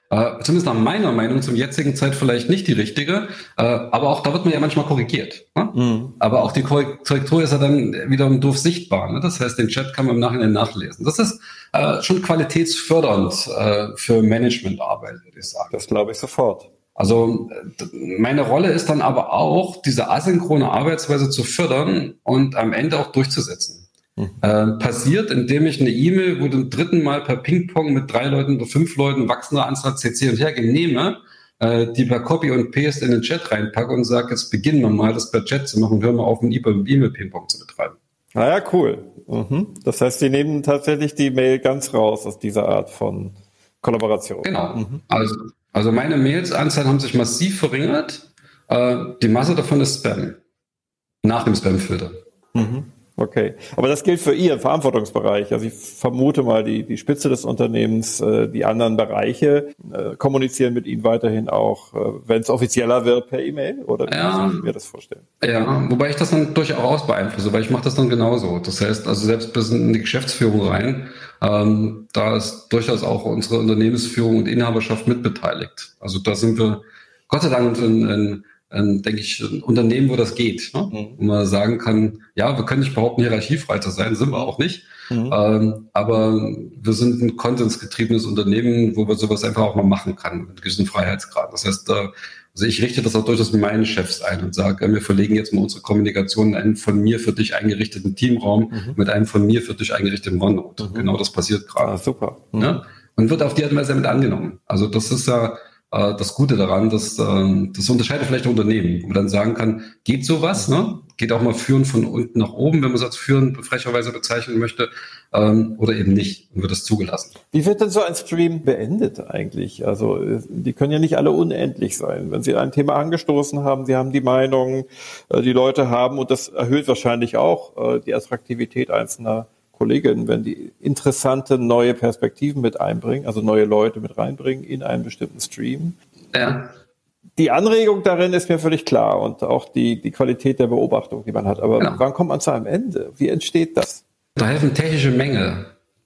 Äh, zumindest nach meiner Meinung zum jetzigen Zeit vielleicht nicht die richtige, äh, aber auch da wird man ja manchmal korrigiert. Ne? Mhm. Aber auch die Korrektur ist ja dann wiederum doof sichtbar. Ne? Das heißt, den Chat kann man im Nachhinein nachlesen. Das ist äh, schon qualitätsfördernd äh, für Managementarbeit, würde ich sagen. Das glaube ich sofort. Also meine Rolle ist dann aber auch, diese asynchrone Arbeitsweise zu fördern und am Ende auch durchzusetzen. Äh, passiert, indem ich eine E-Mail, wo zum dritten Mal per Ping-Pong mit drei Leuten oder fünf Leuten wachsender Anzahl C C und her nehme, äh, die per Copy und Paste in den Chat reinpacke und sage, jetzt beginnen wir mal, das per Chat zu machen, hören wir auf, ein E-Mail-Ping-Pong zu betreiben. Ah ja, cool. Mhm. Das heißt, Sie nehmen tatsächlich die Mail ganz raus aus dieser Art von Kollaboration. Genau. Mhm. Also, also meine Mails-Anzahl haben sich massiv verringert. Äh, die Masse davon ist Spam. Nach dem Spam-Filter. Mhm. Okay, aber das gilt für Ihren Verantwortungsbereich. Also ich vermute mal, die, die Spitze des Unternehmens, äh, die anderen Bereiche äh, kommunizieren mit Ihnen weiterhin auch, äh, wenn es offizieller wird, per E-Mail? Oder wie ja, muss ich mir das vorstellen? Ja, wobei ich das dann durchaus beeinflusse, weil ich mache das dann genauso. Das heißt, also selbst bis in die Geschäftsführung rein, ähm, da ist durchaus auch unsere Unternehmensführung und Inhaberschaft mitbeteiligt. Also da sind wir Gott sei Dank in, in Ähm, denke ich, ein Unternehmen, wo das geht, ne? Mhm. Wo man sagen kann, ja, wir können nicht behaupten, hierarchiefrei zu sein, sind wir auch nicht. Mhm. Ähm, aber wir sind ein konsensgetriebenes Unternehmen, wo man sowas einfach auch mal machen kann, mit gewissen Freiheitsgrad. Das heißt, äh, also ich richte das auch durchaus mit meinen Chefs ein und sage, äh, wir verlegen jetzt mal unsere Kommunikation in einen von mir für dich eingerichteten Teamraum mhm. mit einem von mir für dich eingerichteten OneNote. Mhm. Genau das passiert gerade. Ah, super. Mhm. Ja? Und wird auf die Art und Weise mit angenommen. Also das ist ja das Gute daran, dass das unterscheidet vielleicht ein Unternehmen, wo man dann sagen kann, geht sowas, ne? Geht auch mal führen von unten nach oben, wenn man es als führen frecherweise bezeichnen möchte, ähm, oder eben nicht, und wird das zugelassen. Wie wird denn so ein Stream beendet eigentlich? Also die können ja nicht alle unendlich sein. Wenn Sie ein Thema angestoßen haben, Sie haben die Meinung, die Leute haben, und das erhöht wahrscheinlich auch die Attraktivität einzelner Kolleginnen, wenn die interessante neue Perspektiven mit einbringen, also neue Leute mit reinbringen in einen bestimmten Stream. Ja. Die Anregung darin ist mir völlig klar und auch die, die Qualität der Beobachtung, die man hat. Aber genau. Wann kommt man zu einem Ende? Wie entsteht das? Da helfen technische Mängel.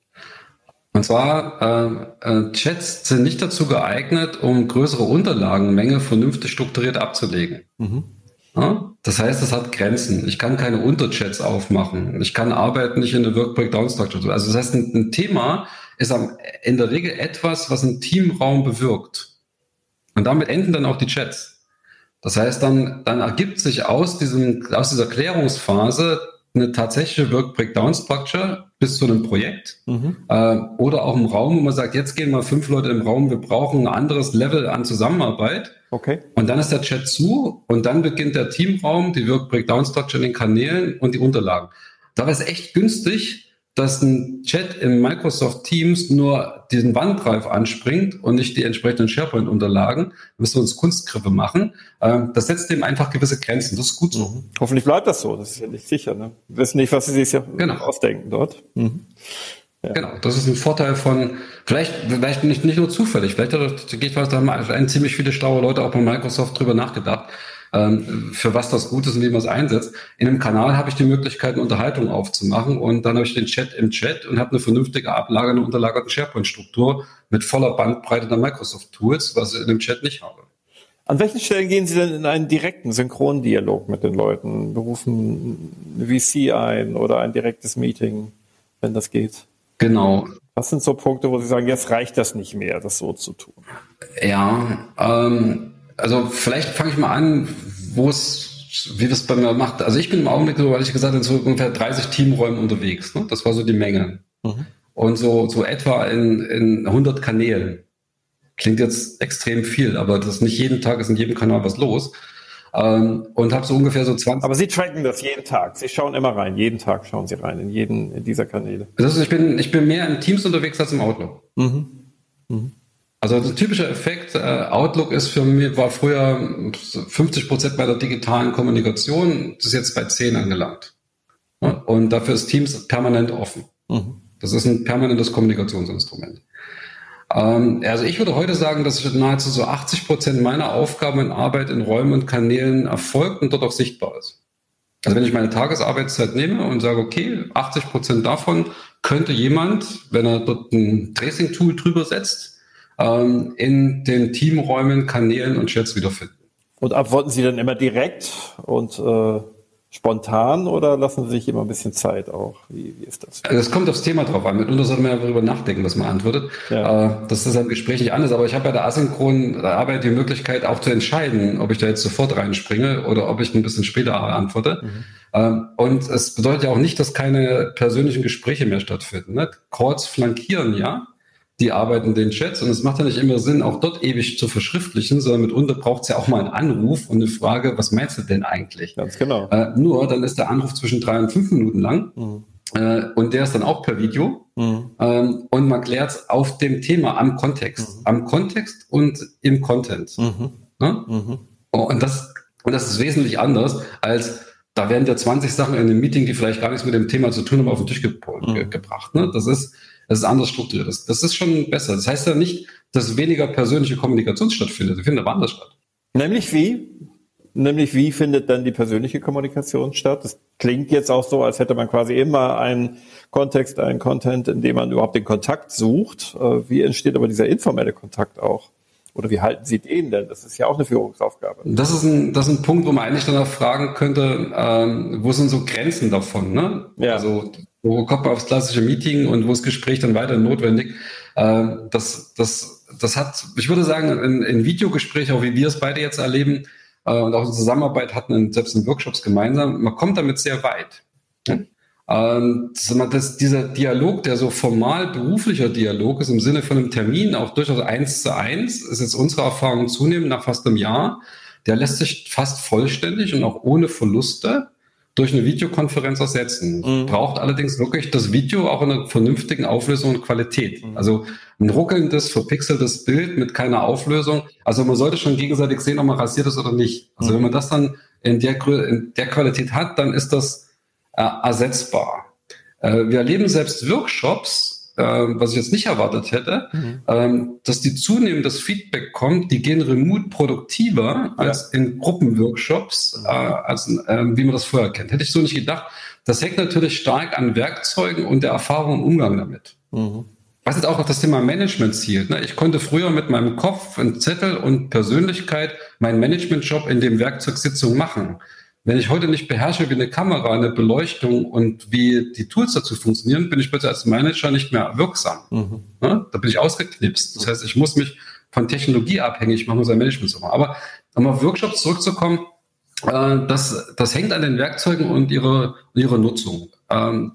Und zwar, äh, äh, Chats sind nicht dazu geeignet, um größere Unterlagenmenge vernünftig strukturiert abzulegen. Mhm. Ja? Das heißt, es hat Grenzen. Ich kann keine Unterchats aufmachen. Ich kann Arbeit nicht in eine Work-Breakdown-Structure. Also das heißt, ein, ein Thema ist am, in der Regel etwas, was einen Teamraum bewirkt. Und damit enden dann auch die Chats. Das heißt, dann, dann ergibt sich aus diesem, aus dieser Klärungsphase eine tatsächliche Work-Breakdown-Structure bis zu einem Projekt, mhm. äh, oder auch im Raum, wo man sagt, jetzt gehen mal fünf Leute im Raum, wir brauchen ein anderes Level an Zusammenarbeit. Okay. Und dann ist der Chat zu und dann beginnt der Teamraum, die Work-Breakdown-Structure in den Kanälen und die Unterlagen. Da war es echt günstig, dass ein Chat in Microsoft Teams nur diesen OneDrive anspringt und nicht die entsprechenden SharePoint-Unterlagen. Da müssen wir uns Kunstgriffe machen. Das setzt dem einfach gewisse Grenzen. Das ist gut so. Mhm. Hoffentlich bleibt das so. Das ist ja nicht sicher. Ne? Wir wissen nicht, was sie sich ja genau. ausdenken dort. Mhm. Ja. Genau, das ist ein Vorteil von, vielleicht, vielleicht nicht, nicht nur zufällig, vielleicht geht was, da haben ein ziemlich viele schlaue Leute auch bei Microsoft drüber nachgedacht, ähm, für was das gut ist und wie man es einsetzt. In einem Kanal habe ich die Möglichkeit, eine Unterhaltung aufzumachen und dann habe ich den Chat im Chat und habe eine vernünftige Ablage, eine unterlagerte SharePoint-Struktur mit voller Bandbreite der Microsoft-Tools, was ich in dem Chat nicht habe. An welchen Stellen gehen Sie denn in einen direkten Synchrondialog mit den Leuten? Berufen eine V C ein oder ein direktes Meeting, wenn das geht? Genau. Was sind so Punkte, wo Sie sagen, jetzt reicht das nicht mehr, das so zu tun? Ja, ähm, also vielleicht fange ich mal an, wo es, wie das bei mir macht. Also ich bin im Augenblick, so, weil ich gesagt habe, in so ungefähr dreißig Teamräumen unterwegs. Ne? Das war so die Menge. Mhm. Und so, so etwa in, in hundert Kanälen. Klingt jetzt extrem viel, aber das ist nicht jeden Tag, ist in jedem Kanal was los. Ähm, und habe so ungefähr so zwanzig. Aber Sie tracken das jeden Tag. Sie schauen immer rein. Jeden Tag schauen Sie rein in jeden dieser Kanäle. Das ist, ich bin, ich bin mehr in Teams unterwegs als im Outlook. Mhm. Mhm. Also ein typischer Effekt, äh, Outlook ist für mich, war früher fünfzig Prozent bei der digitalen Kommunikation, das ist jetzt bei zehn angelangt. Ja? Und dafür ist Teams permanent offen. Mhm. Das ist ein permanentes Kommunikationsinstrument. Also ich würde heute sagen, dass nahezu so achtzig Prozent meiner Aufgaben in Arbeit in Räumen und Kanälen erfolgt und dort auch sichtbar ist. Also wenn ich meine Tagesarbeitszeit nehme und sage, okay, achtzig Prozent davon könnte jemand, wenn er dort ein Tracing-Tool drüber setzt, ähm, in den Teamräumen, Kanälen und Chats wiederfinden. Und antworten Sie dann immer direkt und äh, spontan oder lassen Sie sich immer ein bisschen Zeit auch? Wie, wie ist das? Das kommt aufs Thema drauf an. Mitunter sollte man ja darüber nachdenken, was man antwortet. Ja. Äh, das ist im Gespräch nicht anders, aber ich habe bei der asynchronen Arbeit die Möglichkeit auch zu entscheiden, ob ich da jetzt sofort reinspringe oder ob ich ein bisschen später antworte. Mhm. Ähm, und es bedeutet ja auch nicht, dass keine persönlichen Gespräche mehr stattfinden. Ne? Calls flankieren ja die Arbeit in den Chats und es macht ja nicht immer Sinn, auch dort ewig zu verschriftlichen, sondern mitunter braucht es ja auch mal einen Anruf und eine Frage, was meinst du denn eigentlich? Ganz genau. Äh, nur, dann ist der Anruf zwischen drei und fünf Minuten lang mhm. äh, und der ist dann auch per Video mhm. ähm, und man klärt es auf dem Thema, am Kontext, mhm. am Kontext und im Content. Mhm. Ne? Mhm. Und, das, und das ist wesentlich anders als da werden ja zwanzig Sachen in einem Meeting, die vielleicht gar nichts mit dem Thema zu tun haben, auf den Tisch ge- mhm. gebracht. Ne? Das ist Das ist anders strukturiert. Das, das ist schon besser. Das heißt ja nicht, dass weniger persönliche Kommunikation stattfindet. Die findet aber anders statt. Nämlich wie? Nämlich wie findet dann die persönliche Kommunikation statt? Das klingt jetzt auch so, als hätte man quasi immer einen Kontext, einen Content, in dem man überhaupt den Kontakt sucht. Wie entsteht aber dieser informelle Kontakt auch? Oder wie halten Sie den denn? Das ist ja auch eine Führungsaufgabe. Das ist ein, das ist ein Punkt, wo man eigentlich danach fragen könnte, ähm, wo sind so Grenzen davon? Ne? Ja. Also wo kommt man aufs klassische Meeting und wo ist Gespräch dann weiter notwendig? Ähm, das, das, das hat, ich würde sagen, in, in Videogesprächen, auch wie wir es beide jetzt erleben, äh, und auch in Zusammenarbeit hatten, in, selbst in Workshops gemeinsam, man kommt damit sehr weit. Ne? Ähm, das, das, dieser Dialog, der so formal beruflicher Dialog ist, im Sinne von einem Termin, auch durchaus eins zu eins, ist jetzt unsere Erfahrung zunehmend nach fast einem Jahr, der lässt sich fast vollständig und auch ohne Verluste durch eine Videokonferenz ersetzen. Mhm. Braucht allerdings wirklich das Video auch in einer vernünftigen Auflösung und Qualität. Mhm. Also ein ruckelndes, verpixeltes Bild mit keiner Auflösung. Also man sollte schon gegenseitig sehen, ob man rasiert ist oder nicht. Also mhm. wenn man das dann in der, in der Qualität hat, dann ist das äh, ersetzbar. Äh, wir erleben selbst Workshops, äh, was ich jetzt nicht erwartet hätte, mhm. ähm, dass die zunehmend das Feedback kommt, die gehen remote produktiver als ja. in Gruppenworkshops, mhm. äh, als äh, wie man das vorher kennt. Hätte ich so nicht gedacht. Das hängt natürlich stark an Werkzeugen und der Erfahrung im Umgang damit. Mhm. Was jetzt auch noch das Thema Management zielt. Ne? Ich konnte früher mit meinem Kopf, einem Zettel und Persönlichkeit meinen Managementjob in dem Werkzeugsitzung machen. Wenn ich heute nicht beherrsche, wie eine Kamera, eine Beleuchtung und wie die Tools dazu funktionieren, bin ich bitte als Manager nicht mehr wirksam. Mhm. Ne? Da bin ich ausgeknipst. Das heißt, ich muss mich von Technologie abhängig machen, um sein Management zu machen. Aber um auf Workshops zurückzukommen, äh, das, das hängt an den Werkzeugen und ihrer, ihrer Nutzung. Ähm,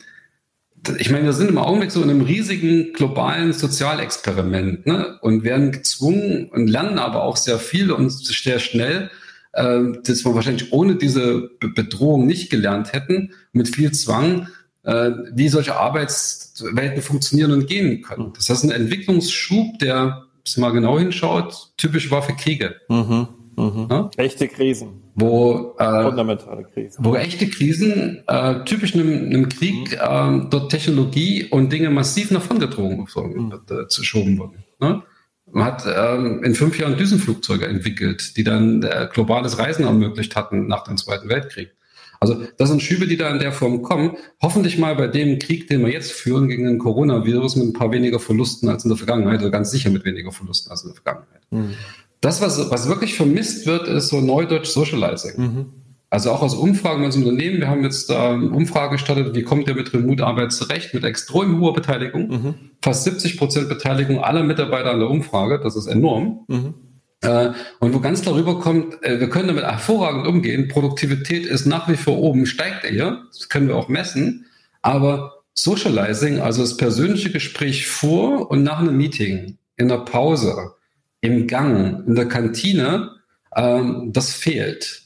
ich meine, wir sind im Augenblick so in einem riesigen globalen Sozialexperiment, ne? Und werden gezwungen und lernen aber auch sehr viel und sehr schnell, dass wir wahrscheinlich ohne diese Bedrohung nicht gelernt hätten, mit viel Zwang, wie solche Arbeitswelten funktionieren und gehen können. Das ist ein Entwicklungsschub, der, wenn man mal genau hinschaut, typisch war für Kriege. Mhm, mhm. Ja? Echte Krisen. Wo, äh, Fundamentale Krisen. Wo echte Krisen, äh, typisch einem, einem Krieg, mhm. äh, dort Technologie und Dinge massiv nach vorn gedrungen mhm. äh, geschoben wurden. Ne? Man hat ähm, in fünf Jahren Düsenflugzeuge entwickelt, die dann äh, globales Reisen ermöglicht hatten nach dem Zweiten Weltkrieg. Also das sind Schübe, die da in der Form kommen. Hoffentlich mal bei dem Krieg, den wir jetzt führen gegen den Coronavirus mit ein paar weniger Verlusten als in der Vergangenheit, oder ganz sicher mit weniger Verlusten als in der Vergangenheit. Mhm. Das, was, was wirklich vermisst wird, ist so Neudeutsch Socializing. Mhm. Also auch aus Umfragen als Unternehmen. Wir haben jetzt da ähm, Umfragen gestartet, wie kommt ihr mit Remote-Arbeit zurecht, mit extrem hoher Beteiligung. Mhm. Fast siebzig Prozent Beteiligung aller Mitarbeiter an der Umfrage, das ist enorm. Mhm. Äh, und wo ganz darüber kommt, äh, wir können damit hervorragend umgehen, Produktivität ist nach wie vor oben, steigt eher, das können wir auch messen, aber Socializing, also das persönliche Gespräch vor und nach einem Meeting, in der Pause, im Gang, in der Kantine, äh, das fehlt.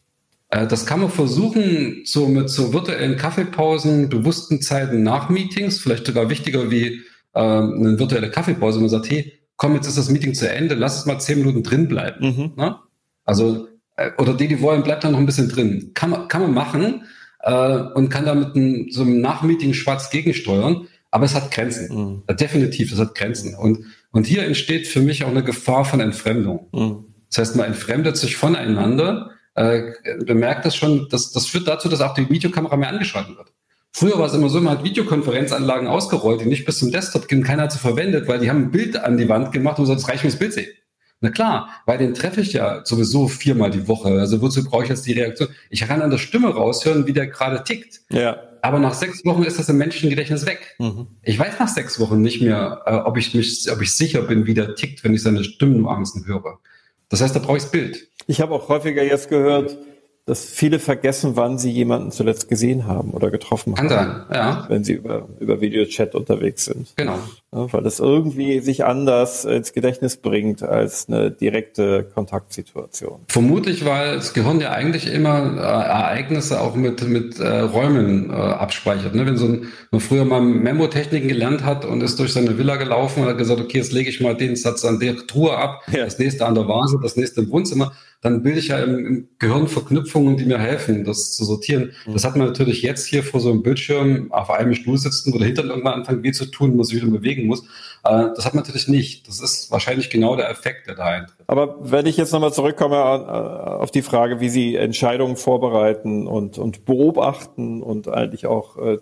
Das kann man versuchen, so mit so virtuellen Kaffeepausen, bewussten Zeiten nach Meetings, vielleicht sogar wichtiger wie äh, eine virtuelle Kaffeepause. Man sagt, hey, komm, jetzt ist das Meeting zu Ende, lass es mal zehn Minuten drin bleiben. Mhm. Ne? Also, äh, oder die, die wollen, bleibt da noch ein bisschen drin. Kann man, kann man machen äh, und kann da mit einem, so einem Nach-Meeting schwarz gegensteuern, aber es hat Grenzen. Mhm. Äh, definitiv, es hat Grenzen. Und, und hier entsteht für mich auch eine Gefahr von Entfremdung. Mhm. Das heißt, man entfremdet sich voneinander, Äh, bemerkt das schon, das, das führt dazu, dass auch die Videokamera mehr angeschaltet wird. Früher war es immer so, man hat Videokonferenzanlagen ausgerollt, die nicht bis zum Desktop gehen, keiner hat sie verwendet, weil die haben ein Bild an die Wand gemacht und sonst reicht mir das Bild sehen. Na klar, weil den treffe ich ja sowieso viermal die Woche. Also wozu brauche ich jetzt die Reaktion? Ich kann an der Stimme raushören, wie der gerade tickt. Ja. Aber nach sechs Wochen ist das im Menschengedächtnis weg. Mhm. Ich weiß nach sechs Wochen nicht mehr, äh, ob ich mich, ob ich sicher bin, wie der tickt, wenn ich seine Stimmennuancen höre. Das heißt, da brauche ich das Bild. Ich habe auch häufiger jetzt gehört, dass viele vergessen, wann sie jemanden zuletzt gesehen haben oder getroffen Kann haben. Kann sein, ja. Wenn sie über, über Videochat unterwegs sind. Genau. Ja, weil das irgendwie sich anders ins Gedächtnis bringt als eine direkte Kontaktsituation. Vermutlich, weil das Gehirn ja eigentlich immer äh, Ereignisse auch mit, mit äh, Räumen äh, abspeichert. Ne? Wenn so ein, man früher mal Memotechniken gelernt hat und ist durch seine Villa gelaufen und hat gesagt, okay, jetzt lege ich mal den Satz an der Truhe ab, ja. Das nächste an der Vase, das nächste im Wohnzimmer, dann bilde ich ja im, im Gehirn Verknüpfungen, die mir helfen, das zu sortieren. Mhm. Das hat man natürlich jetzt hier vor so einem Bildschirm auf einem Stuhl sitzen, wo der Hintern irgendwann anfängt weh zu tun, muss sich wieder bewegen muss. Äh, das hat man natürlich nicht. Das ist wahrscheinlich genau der Effekt, der da eintritt. Aber wenn ich jetzt nochmal zurückkomme auf die Frage, wie Sie Entscheidungen vorbereiten und, und beobachten und eigentlich auch äh,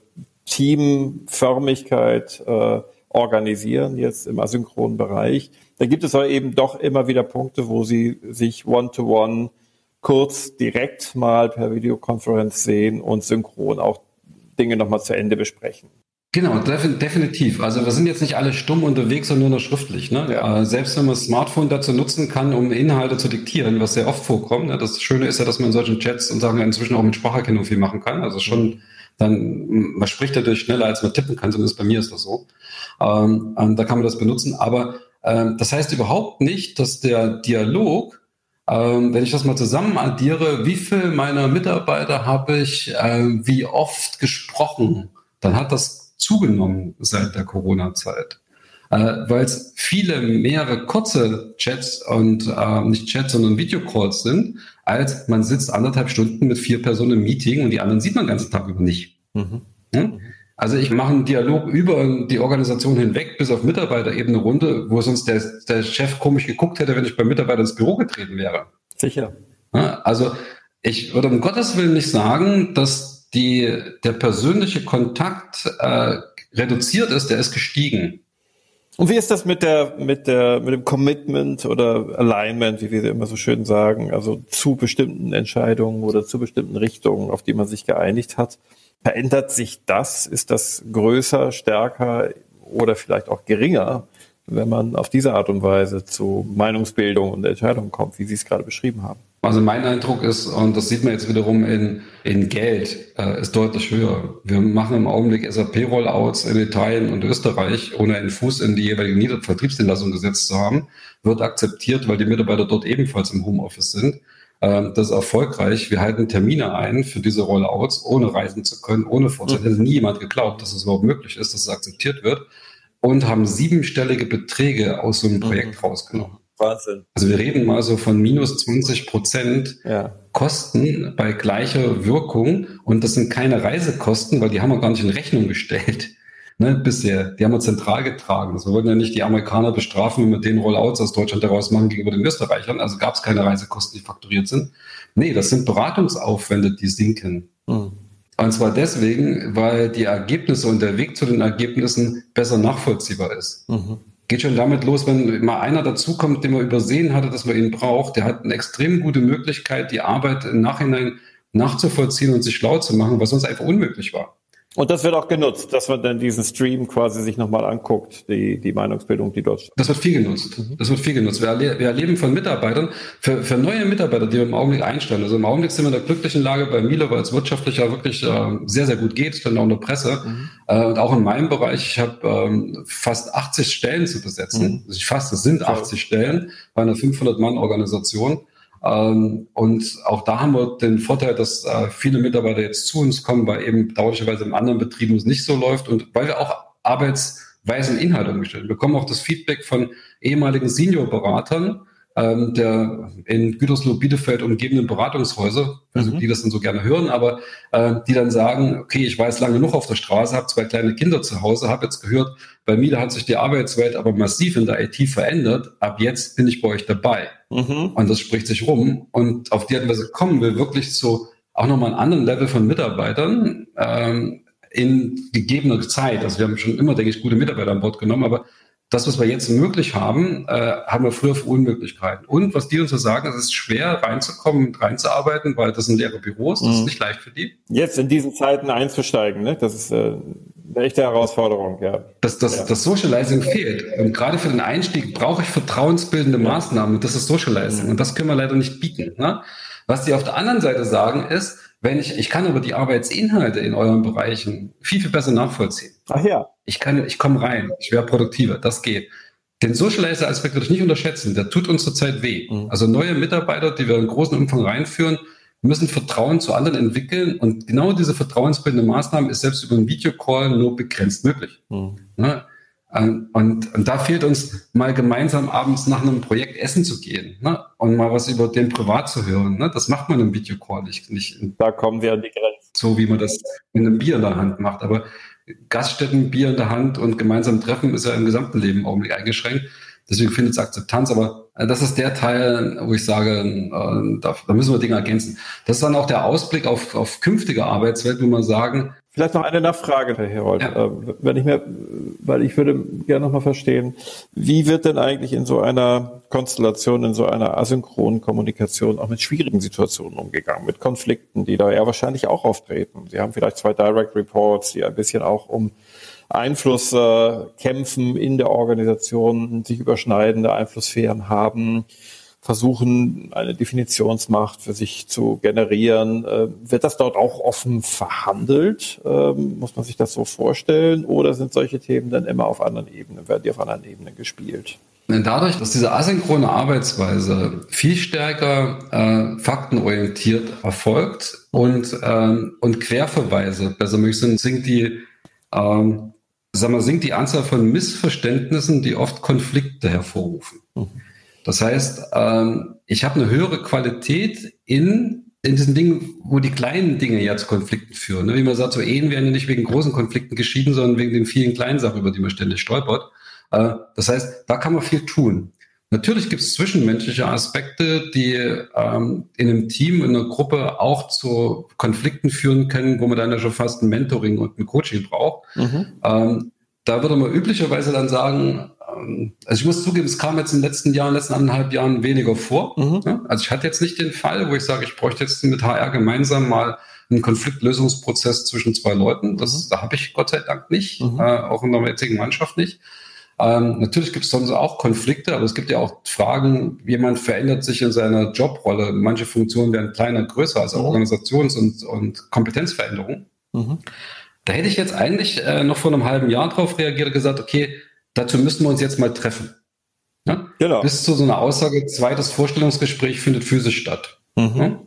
Teamförmigkeit äh, organisieren, jetzt im asynchronen Bereich, da gibt es aber eben doch immer wieder Punkte, wo Sie sich one-to-one kurz direkt mal per Videokonferenz sehen und synchron auch Dinge nochmal zu Ende besprechen. Genau, definitiv. Also wir sind jetzt nicht alle stumm unterwegs, sondern nur noch schriftlich. Ne? Ja. Selbst wenn man das Smartphone dazu nutzen kann, um Inhalte zu diktieren, was sehr oft vorkommt. Ne? Das Schöne ist ja, dass man in solchen Chats und Sachen ja inzwischen auch mit Spracherkennung viel machen kann. Also schon dann, man spricht dadurch schneller, als man tippen kann, zumindest bei mir ist das so. Ähm, da kann man das benutzen. Aber ähm, das heißt überhaupt nicht, dass der Dialog, ähm, wenn ich das mal zusammen addiere, wie viel meiner Mitarbeiter habe ich äh, wie oft gesprochen, dann hat das zugenommen seit der Corona-Zeit, äh, weil es viele mehrere kurze Chats und äh, nicht Chats, sondern Videocalls sind, als man sitzt anderthalb Stunden mit vier Personen im Meeting und die anderen sieht man den ganzen Tag über nicht. Mhm. Ja? Also ich mache einen Dialog über die Organisation hinweg bis auf Mitarbeiterebene runter, wo sonst der, der Chef komisch geguckt hätte, wenn ich beim Mitarbeiter ins Büro getreten wäre. Sicher. Ja, also ich würde um Gottes Willen nicht sagen, dass die, der persönliche Kontakt äh, reduziert ist, der ist gestiegen. Und wie ist das mit der, mit der, mit dem Commitment oder Alignment, wie wir immer so schön sagen, also zu bestimmten Entscheidungen oder zu bestimmten Richtungen, auf die man sich geeinigt hat? Verändert sich das? Ist das größer, stärker oder vielleicht auch geringer, wenn man auf diese Art und Weise zu Meinungsbildung und Entscheidungen kommt, wie Sie es gerade beschrieben haben? Also mein Eindruck ist, und das sieht man jetzt wiederum in, in Geld, äh, ist deutlich höher. Wir machen im Augenblick S A P-Rollouts in Italien und Österreich, ohne einen Fuß in die jeweilige Nieder- Vertriebsniederlassung gesetzt zu haben, wird akzeptiert, weil die Mitarbeiter dort ebenfalls im Homeoffice sind. Äh, das ist erfolgreich. Wir halten Termine ein für diese Rollouts, ohne reisen zu können, ohne Vorzeit. Es hat nie jemand geglaubt, dass es überhaupt möglich ist, dass es akzeptiert wird. Und haben siebenstellige Beträge aus so einem Projekt mhm. rausgenommen. Wahnsinn. Also wir reden mal so von minus zwanzig Prozent ja. Kosten bei gleicher Wirkung. Und das sind keine Reisekosten, weil die haben wir gar nicht in Rechnung gestellt. Ne, bisher. Die haben wir zentral getragen. Also wir wollten ja nicht die Amerikaner bestrafen, wenn wir den Rollouts aus Deutschland heraus machen gegenüber den Österreichern. Also gab es keine Reisekosten, die fakturiert sind. Nee, das sind Beratungsaufwände, die sinken. Mhm. Und zwar deswegen, weil die Ergebnisse und der Weg zu den Ergebnissen besser nachvollziehbar ist. Mhm. Geht schon damit los, wenn mal einer dazukommt, den man übersehen hatte, dass man ihn braucht. Der hat eine extrem gute Möglichkeit, die Arbeit im Nachhinein nachzuvollziehen und sich schlau zu machen, was sonst einfach unmöglich war. Und das wird auch genutzt, dass man dann diesen Stream quasi sich nochmal anguckt, die, die Meinungsbildung, die dort stattfindet. Das wird viel genutzt. Mhm. Das wird viel genutzt. Wir, erle- wir erleben von Mitarbeitern, für, für neue Mitarbeiter, die wir im Augenblick einstellen. Also im Augenblick sind wir in der glücklichen Lage bei Miele, weil es wirtschaftlich ja wirklich äh, sehr, sehr gut geht. Stand auch in der Presse. Mhm. Äh, und auch in meinem Bereich, ich habe ähm, fast achtzig Stellen zu besetzen. Mhm. Also ich fast, es sind achtzig Stellen bei einer fünfhundert-Mann-Organisation. Ähm, und auch da haben wir den Vorteil, dass äh, viele Mitarbeiter jetzt zu uns kommen, weil eben bedauerlicherweise in anderen Betrieben es nicht so läuft und weil wir auch Arbeitsweise und Inhalte umgestellt haben. Wir bekommen auch das Feedback von ehemaligen Senior-Beratern ähm, der in Gütersloh, Bielefeld umgebenden Beratungshäuser, also mhm. die das dann so gerne hören, aber äh, die dann sagen, okay, ich war jetzt lange genug auf der Straße, habe zwei kleine Kinder zu Hause, habe jetzt gehört, bei mir hat sich die Arbeitswelt aber massiv in der I T verändert, ab jetzt bin ich bei euch dabei. Mhm. Und das spricht sich rum und auf die Art und Weise kommen wir wirklich zu auch nochmal einem anderen Level von Mitarbeitern, ähm, in gegebener Zeit. Also wir haben schon immer, denke ich, gute Mitarbeiter an Bord genommen, aber das, was wir jetzt möglich haben, äh, haben wir früher für Unmöglichkeiten. Und was die uns so sagen, es ist schwer reinzukommen und reinzuarbeiten, weil das sind leere Büros, das mhm. ist nicht leicht für die. Jetzt in diesen Zeiten einzusteigen, ne? Das ist äh, eine echte Herausforderung, ja. Das, das, ja. das Socializing fehlt. Und gerade für den Einstieg brauche ich vertrauensbildende ja. Maßnahmen. Und das ist Socializing. Mhm. Und das können wir leider nicht bieten. Ne? Was die auf der anderen Seite sagen ist, wenn ich, ich kann aber die Arbeitsinhalte in euren Bereichen viel, viel besser nachvollziehen. Ach ja. Ich kann, ich komme rein, ich wäre produktiver, das geht. Den Socializer-Aspekt würde ich nicht unterschätzen, der tut uns zurzeit weh. Mhm. Also neue Mitarbeiter, die wir in großen Umfang reinführen, müssen Vertrauen zu anderen entwickeln und genau diese vertrauensbildende Maßnahme ist selbst über einen Videocall nur begrenzt möglich. Mhm. Ne? Und, und da fehlt uns mal gemeinsam abends nach einem Projekt essen zu gehen, ne? Und mal was über den privat zu hören. Ne? Das macht man im Videocall nicht, nicht. Da kommen wir an die Grenze. So wie man das mit einem Bier in der Hand macht. Aber Gaststätten, Bier in der Hand und gemeinsam treffen ist ja im gesamten Leben im Augenblick eingeschränkt. Deswegen findet es Akzeptanz. Aber das ist der Teil, wo ich sage, da, da müssen wir Dinge ergänzen. Das ist dann auch der Ausblick auf, auf künftige Arbeitswelt, wo man sagen, vielleicht noch eine Nachfrage, Herr Herold. Ja. Wenn ich mir, weil ich würde gerne noch mal verstehen, wie wird denn eigentlich in so einer Konstellation, in so einer asynchronen Kommunikation auch mit schwierigen Situationen umgegangen, mit Konflikten, die da ja wahrscheinlich auch auftreten? Sie haben vielleicht zwei Direct Reports, die ein bisschen auch um Einfluss äh, kämpfen in der Organisation, sich überschneidende Einflusssphären haben, versuchen, eine Definitionsmacht für sich zu generieren. Äh, wird das dort auch offen verhandelt? Ähm, muss man sich das so vorstellen? Oder sind solche Themen dann immer auf anderen Ebenen, werden die auf anderen Ebenen gespielt? Dadurch, dass diese asynchrone Arbeitsweise viel stärker äh, faktenorientiert erfolgt und, ähm, und Querverweise besser möglich sind, sinkt die, ähm, sagen wir, sinkt die Anzahl von Missverständnissen, die oft Konflikte hervorrufen. Mhm. Das heißt, ähm, ich habe eine höhere Qualität in, in diesen Dingen, wo die kleinen Dinge ja zu Konflikten führen. Ne? Wie man sagt, so Ehen werden ja nicht wegen großen Konflikten geschieden, sondern wegen den vielen kleinen Sachen, über die man ständig stolpert. Äh, das heißt, da kann man viel tun. Natürlich gibt es zwischenmenschliche Aspekte, die ähm, in einem Team, in einer Gruppe auch zu Konflikten führen können, wo man dann ja schon fast ein Mentoring und ein Coaching braucht. Mhm. Ähm, da würde man üblicherweise dann sagen, also ich muss zugeben, es kam jetzt in den letzten Jahren, in den letzten anderthalb Jahren weniger vor. Mhm. Ja, also ich hatte jetzt nicht den Fall, wo ich sage, ich bräuchte jetzt mit H R gemeinsam mal einen Konfliktlösungsprozess zwischen zwei Leuten. Das, mhm. Da habe ich Gott sei Dank nicht, mhm. äh, auch in der jetzigen Mannschaft nicht. Ähm, natürlich gibt es sonst auch Konflikte, aber es gibt ja auch Fragen, jemand verändert sich in seiner Jobrolle. Manche Funktionen werden kleiner, größer, also mhm. Organisations- und, und Kompetenzveränderungen. Mhm. Da hätte ich jetzt eigentlich äh, noch vor einem halben Jahr drauf reagiert und gesagt, okay, dazu müssen wir uns jetzt mal treffen. Ja? Genau. Bis zu so einer Aussage, zweites Vorstellungsgespräch findet physisch statt. Mhm. Ja?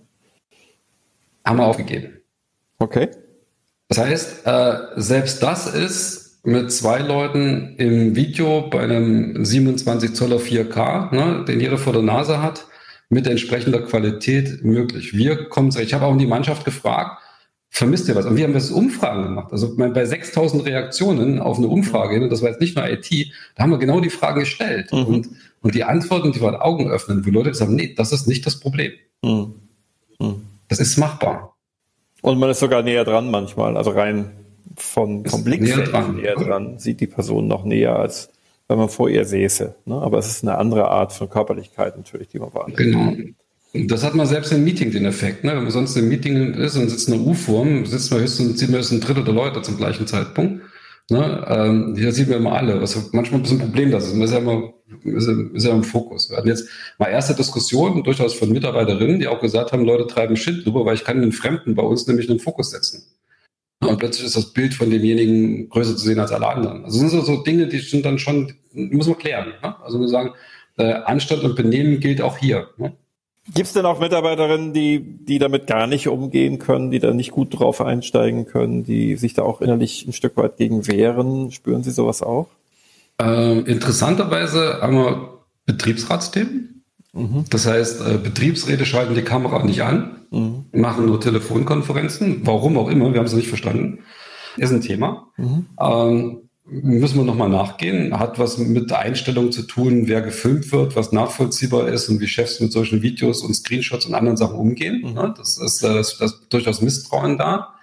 Haben wir aufgegeben. Okay. Das heißt, äh, selbst das ist mit zwei Leuten im Video bei einem siebenundzwanzig Zoller vier K, ne, den jeder vor der Nase hat, mit entsprechender Qualität möglich. Wir kommen, ich habe auch die Mannschaft gefragt, vermisst ihr was? Und wir haben das Umfragen gemacht. Also bei sechstausend Reaktionen auf eine Umfrage, das war jetzt nicht nur I T, da haben wir genau die Fragen gestellt. Mhm. Und, und die Antworten, die waren Augen öffnen, wo Leute gesagt haben, nee, das ist nicht das Problem. Mhm. Mhm. Das ist machbar. Und man ist sogar näher dran manchmal, also rein von, vom Blickfeld näher dran. näher dran, sieht die Person noch näher, als wenn man vor ihr säße. Ne? Aber es ist eine andere Art von Körperlichkeit natürlich, die man wahrnimmt. Genau. Das hat man selbst im Meeting den Effekt. Ne? Wenn man sonst im Meeting ist und sitzt in einer U-Form, sitzt man höchstens, sieht man höchstens ein Drittel der Leute zum gleichen Zeitpunkt. Ne? Ähm, hier sieht man immer alle, was manchmal ein bisschen ein Problem das ist. Man ist ja immer ist ja, ist ja im Fokus. Wir hatten jetzt mal erste Diskussionen, durchaus von Mitarbeiterinnen, die auch gesagt haben, Leute treiben Shit drüber, weil ich kann den Fremden bei uns nämlich einen Fokus setzen. Und plötzlich ist das Bild von demjenigen größer zu sehen als alle anderen. Also das sind so, so Dinge, die sind dann schon, die muss man klären. Ne? Also wir sagen, äh, Anstand und Benehmen gilt auch hier. Ne? Gibt es denn auch Mitarbeiterinnen, die, die damit gar nicht umgehen können, die da nicht gut drauf einsteigen können, die sich da auch innerlich ein Stück weit gegen wehren? Spüren Sie sowas auch? Ähm, interessanterweise haben wir Betriebsratsthemen. Mhm. Das heißt, äh, Betriebsräte schalten die Kamera nicht an, mhm. machen nur Telefonkonferenzen, warum auch immer, wir haben es nicht verstanden. Ist ein Thema. Mhm. Ähm, müssen wir nochmal nachgehen. Hat was mit der Einstellung zu tun, wer gefilmt wird, was nachvollziehbar ist und wie Chefs mit solchen Videos und Screenshots und anderen Sachen umgehen. Mhm. Das ist, das ist durchaus Misstrauen da.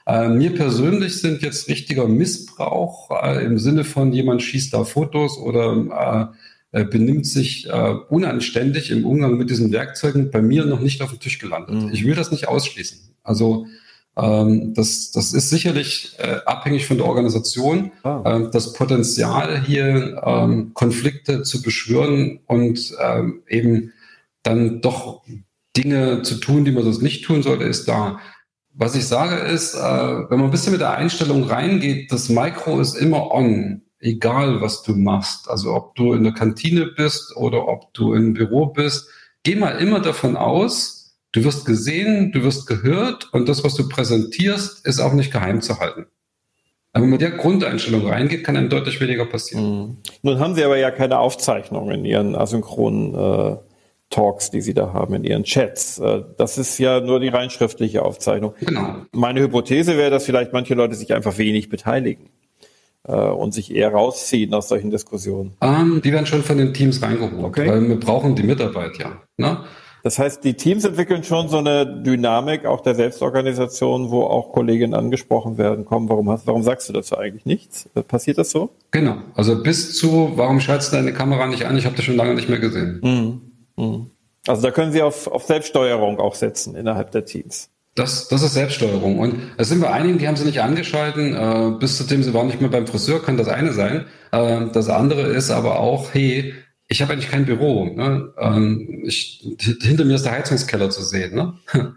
Äh, mir persönlich sind jetzt richtiger Missbrauch äh, im Sinne von jemand schießt da Fotos oder äh, benimmt sich äh, unanständig im Umgang mit diesen Werkzeugen bei mir noch nicht auf den Tisch gelandet. Mhm. Ich will das nicht ausschließen. Also ähm, das, das ist sicherlich äh, abhängig von der Organisation. Oh. Ähm, das Potenzial hier ähm, Konflikte zu beschwören und ähm, eben dann doch Dinge zu tun, die man sonst nicht tun sollte, ist da. Was ich sage ist, äh, wenn man ein bisschen mit der Einstellung reingeht, das Mikro ist immer on, egal was du machst. Also ob du in der Kantine bist oder ob du im Büro bist, geh mal immer davon aus, du wirst gesehen, du wirst gehört und das, was du präsentierst, ist auch nicht geheim zu halten. Wenn man mit der Grundeinstellung reingeht, kann einem deutlich weniger passieren. Mhm. Nun haben Sie aber ja keine Aufzeichnung in Ihren asynchronen äh Talks, die Sie da haben in Ihren Chats. Das ist ja nur die rein schriftliche Aufzeichnung. Genau. Meine Hypothese wäre, dass vielleicht manche Leute sich einfach wenig beteiligen äh, und sich eher rausziehen aus solchen Diskussionen. Ähm, die werden schon von den Teams reingeholt, okay. Weil wir brauchen die Mitarbeit, ja. Ne? Das heißt, die Teams entwickeln schon so eine Dynamik auch der Selbstorganisation, wo auch Kolleginnen angesprochen werden. Komm, warum, hast, warum sagst du dazu eigentlich nichts? Passiert das so? Genau. Also bis zu, warum schaltest du deine Kamera nicht an? Ich habe das schon lange nicht mehr gesehen. Mhm. Also da können Sie auf, auf Selbststeuerung auch setzen innerhalb der Teams. Das, das ist Selbststeuerung. Und es sind bei einigen, die haben sie nicht angeschalten. Äh, bis zu dem, sie waren nicht mehr beim Friseur, kann das eine sein. Äh, das andere ist aber auch, hey, ich habe eigentlich kein Büro. Ne? Ähm, ich, hinter mir ist der Heizungskeller zu sehen. Ne?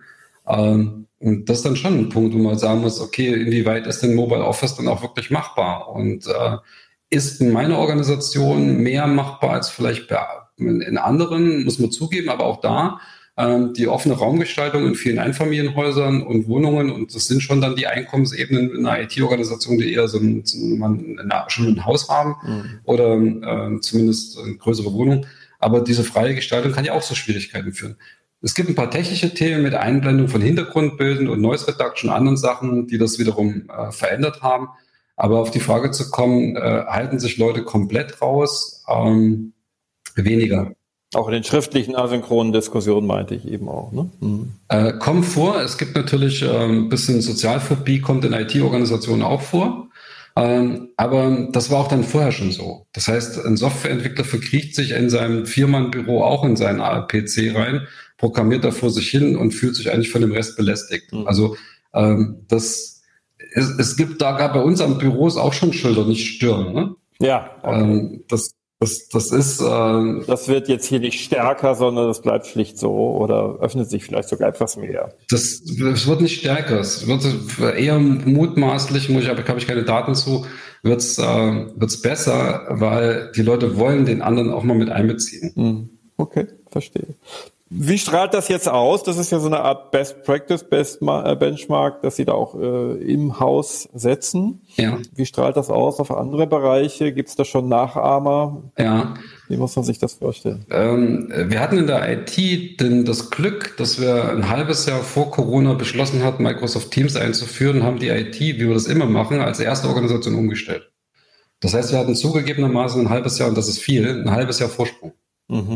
ähm, und das ist dann schon ein Punkt, wo man sagen muss, okay, inwieweit ist denn Mobile Office dann auch wirklich machbar? Und äh, ist in meiner Organisation mehr machbar als vielleicht bei in anderen, muss man zugeben, aber auch da ähm, die offene Raumgestaltung in vielen Einfamilienhäusern und Wohnungen, und das sind schon dann die Einkommensebenen in einer I T-Organisation, die eher so ein, so ein, schon ein Haus haben mhm. oder äh, zumindest eine größere Wohnung. Aber diese freie Gestaltung kann ja auch zu Schwierigkeiten führen. Es gibt ein paar technische Themen mit Einblendung von Hintergrundbildern und Noise Reduction und anderen Sachen, die das wiederum äh, verändert haben. Aber auf die Frage zu kommen, äh, halten sich Leute komplett raus? Ähm, Weniger. Auch in den schriftlichen asynchronen Diskussionen meinte ich eben auch. Ne? Mhm. Äh, kommt vor. Es gibt natürlich äh, ein bisschen Sozialphobie, kommt in I T-Organisationen auch vor. Ähm, aber das war auch dann vorher schon so. Das heißt, ein Softwareentwickler verkriecht sich in seinem Viermann-Büro auch in seinen P C rein, programmiert da vor sich hin und fühlt sich eigentlich von dem Rest belästigt. Mhm. Also ähm, das es, es gibt da gar bei uns am Büros auch schon Schilder, nicht stören. Ne? Ja. Okay. Ähm, das Das, das ist. Äh, das wird jetzt hier nicht stärker, sondern das bleibt schlicht so oder öffnet sich vielleicht sogar etwas mehr. Das, das wird nicht stärker. Es wird eher mutmaßlich, muss ich, aber habe ich keine Daten zu, wird es äh, wird's besser, weil die Leute wollen den anderen auch mal mit einbeziehen. Okay, verstehe. Wie strahlt das jetzt aus? Das ist ja so eine Art Best Practice, Best Benchmark, dass Sie da auch äh, im Haus setzen. Ja. Wie strahlt das aus auf andere Bereiche? Gibt es da schon Nachahmer? Ja. Wie muss man sich das vorstellen? Ähm, wir hatten in der I T denn das Glück, dass wir ein halbes Jahr vor Corona beschlossen hatten, Microsoft Teams einzuführen, und haben die I T, wie wir das immer machen, als erste Organisation umgestellt. Das heißt, wir hatten zugegebenermaßen ein halbes Jahr, und das ist viel, ein halbes Jahr Vorsprung. Mhm.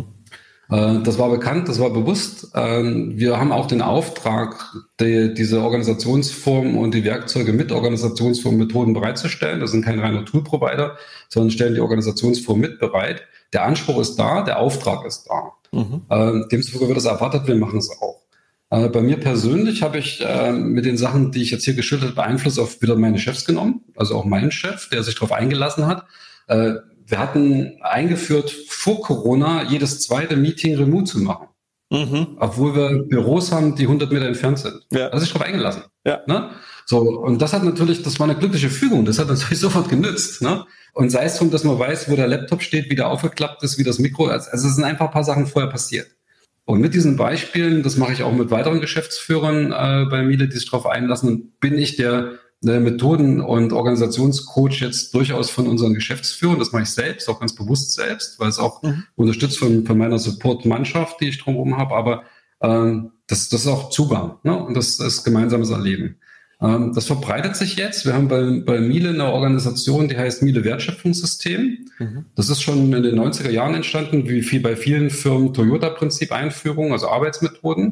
Das war bekannt, das war bewusst. Wir haben auch den Auftrag, die, diese Organisationsform und die Werkzeuge mit Organisationsform Methoden bereitzustellen. Das sind kein reiner Tool-Provider, sondern stellen die Organisationsform mit bereit. Der Anspruch ist da, der Auftrag ist da. Mhm. Demzufolge wird es erwartet, wir machen es auch. Bei mir persönlich habe ich mit den Sachen, die ich jetzt hier geschildert habe, Einfluss auf wieder meine Chefs genommen. Also auch meinen Chef, der sich darauf eingelassen hat. Wir hatten eingeführt, vor Corona jedes zweite Meeting remote zu machen. Mhm. Obwohl wir Büros haben, die hundert Meter entfernt sind. Ja. Da hat sich drauf eingelassen. Ja. Ne? So, und das hat natürlich, das war eine glückliche Fügung. Das hat natürlich sofort genützt. Ne? Und sei es drum, dass man weiß, wo der Laptop steht, wie der aufgeklappt ist, wie das Mikro ist. Also es sind einfach ein paar Sachen vorher passiert. Und mit diesen Beispielen, das mache ich auch mit weiteren Geschäftsführern äh, bei Miele, die sich darauf einlassen, bin ich der Methoden- und Organisationscoach jetzt durchaus von unseren Geschäftsführern. Das mache ich selbst, auch ganz bewusst selbst, weil es auch mhm. unterstützt von, von meiner Support-Mannschaft, die ich drumherum habe. Aber ähm, das, das ist auch Zugang, ne? Und das ist gemeinsames Erleben. Ähm, das verbreitet sich jetzt. Wir haben bei, bei Miele eine Organisation, die heißt Miele Wertschöpfungssystem. Mhm. Das ist schon in den neunziger Jahren entstanden, wie viel bei vielen Firmen Toyota-Prinzip-Einführung, also Arbeitsmethoden.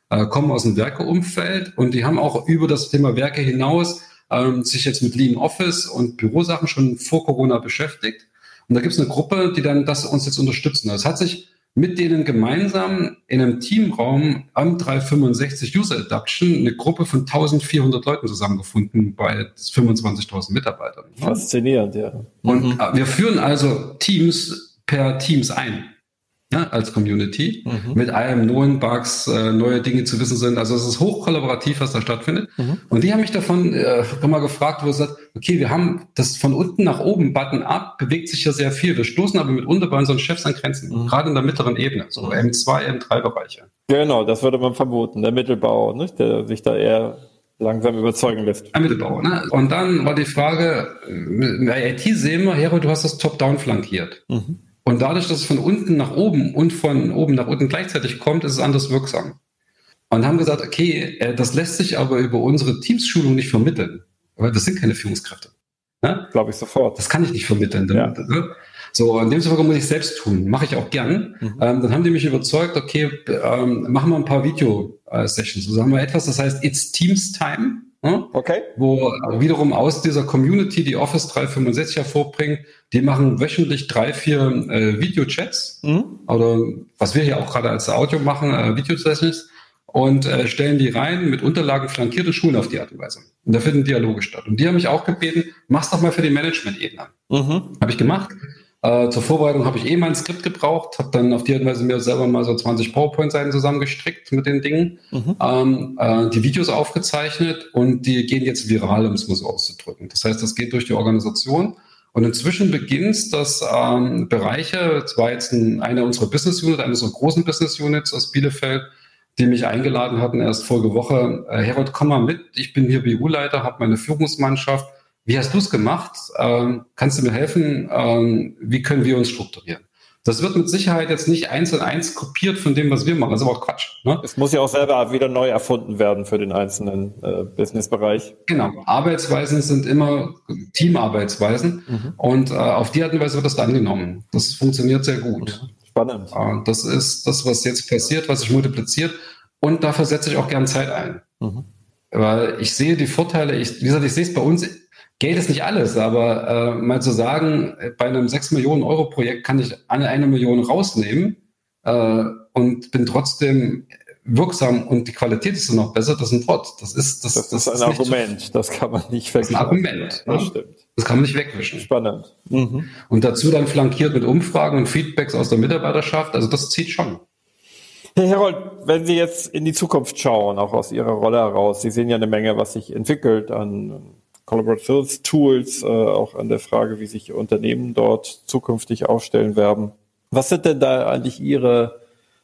äh, kommen aus dem Werkeumfeld und die haben auch über das Thema Werke hinaus ähm, sich jetzt mit Lean Office und Bürosachen schon vor Corona beschäftigt. Und da gibt es eine Gruppe, die dann das uns jetzt unterstützen. Das hat sich mit denen gemeinsam in einem Teamraum am dreihundertfünfundsechzig User Adaption eine Gruppe von eintausendvierhundert Leuten zusammengefunden bei fünfundzwanzigtausend Mitarbeitern. Faszinierend, ja. Und mhm. wir führen also Teams per Teams ein. Ja, als Community, mhm. mit allem neuen Bugs, äh, neue Dinge zu wissen sind. Also es ist hochkollaborativ, was da stattfindet. Mhm. Und die haben mich davon äh, mal gefragt, wo es sagt, okay, wir haben das von unten nach oben, Button up, bewegt sich ja sehr viel. Wir stoßen aber mitunter bei unseren Chefs an Grenzen, mhm. gerade in der mittleren Ebene, so mhm. M zwei, M drei Bereiche. Genau, das würde man vermuten, der Mittelbau, nicht? Der sich da eher langsam überzeugen lässt. Ein Mittelbau, ne? Und dann war die Frage, in der I T sehen wir, Hero, du hast das Top-Down flankiert. Mhm. Und dadurch, dass es von unten nach oben und von oben nach unten gleichzeitig kommt, ist es anders wirksam. Und haben gesagt, okay, das lässt sich aber über unsere Teamsschulung nicht vermitteln. Weil das sind keine Führungskräfte. Ne? Glaube ich sofort. Das kann ich nicht vermitteln. Ja. Ne? So, in dem Fall muss ich selbst tun. Mache ich auch gern. Mhm. Ähm, dann haben die mich überzeugt, okay, ähm, machen wir ein paar Video-Sessions. So sagen wir etwas, das heißt It's Teams Time. Ne? Okay. Wo wiederum aus dieser Community die Office dreihundertfünfundsechzig hervorbringt. Die machen wöchentlich drei, vier äh, Videochats. Mhm. Oder was wir hier auch gerade als Audio machen, äh, Videosessions. Und äh, stellen die rein mit Unterlagen flankiert und schulen auf die Art und Weise. Und da finden Dialoge statt. Und die haben mich auch gebeten, mach's doch mal für die Management-Ebene. Mhm. Habe ich gemacht. Äh, zur Vorbereitung habe ich eh mein Skript gebraucht, habe dann auf die Art und Weise mir selber mal so zwanzig PowerPoint-Seiten zusammengestrickt mit den Dingen, mhm. ähm, äh, die Videos aufgezeichnet und die gehen jetzt viral, um es mal so auszudrücken. Das heißt, das geht durch die Organisation. Und inzwischen beginnt dass ähm, Bereiche, das war jetzt ein, eine unserer Business Units, eine unserer großen Business Units aus Bielefeld, die mich eingeladen hatten erst vorige Woche. Äh, Herold, komm mal mit, ich bin hier B U-Leiter, habe meine Führungsmannschaft. Wie hast du es gemacht? Ähm, kannst du mir helfen? Ähm, wie können wir uns strukturieren? Das wird mit Sicherheit jetzt nicht eins und eins kopiert von dem, was wir machen. Das ist aber auch Quatsch. Ne? Es muss ja auch selber wieder neu erfunden werden für den einzelnen äh, Businessbereich. Genau. Arbeitsweisen sind immer Teamarbeitsweisen. Mhm. Und äh, auf die Art und Weise wird das dann angenommen. Das funktioniert sehr gut. Mhm. Spannend. Äh, das ist das, was jetzt passiert, was sich multipliziert. Und dafür setze ich auch gern Zeit ein. Mhm. Weil ich sehe die Vorteile. Ich, wie gesagt, ich sehe es bei uns. Geld ist nicht alles, aber äh, mal zu sagen, bei einem sechs Millionen Euro Projekt kann ich eine, eine Million rausnehmen äh, und bin trotzdem wirksam und die Qualität ist noch besser, das ist ein Wort. Das ist, das, das, das ist ein ist Argument, zu, das kann man nicht wegwischen. Das ist ein Argument, das, stimmt. Das kann man nicht wegwischen. Spannend. Mhm. Und dazu dann flankiert mit Umfragen und Feedbacks aus der Mitarbeiterschaft, also das zieht schon. Herr Herold, wenn Sie jetzt in die Zukunft schauen, auch aus Ihrer Rolle heraus, Sie sehen ja eine Menge, was sich entwickelt an Collaborationstools, äh, auch an der Frage, wie sich Unternehmen dort zukünftig aufstellen werden. Was sind denn da eigentlich Ihre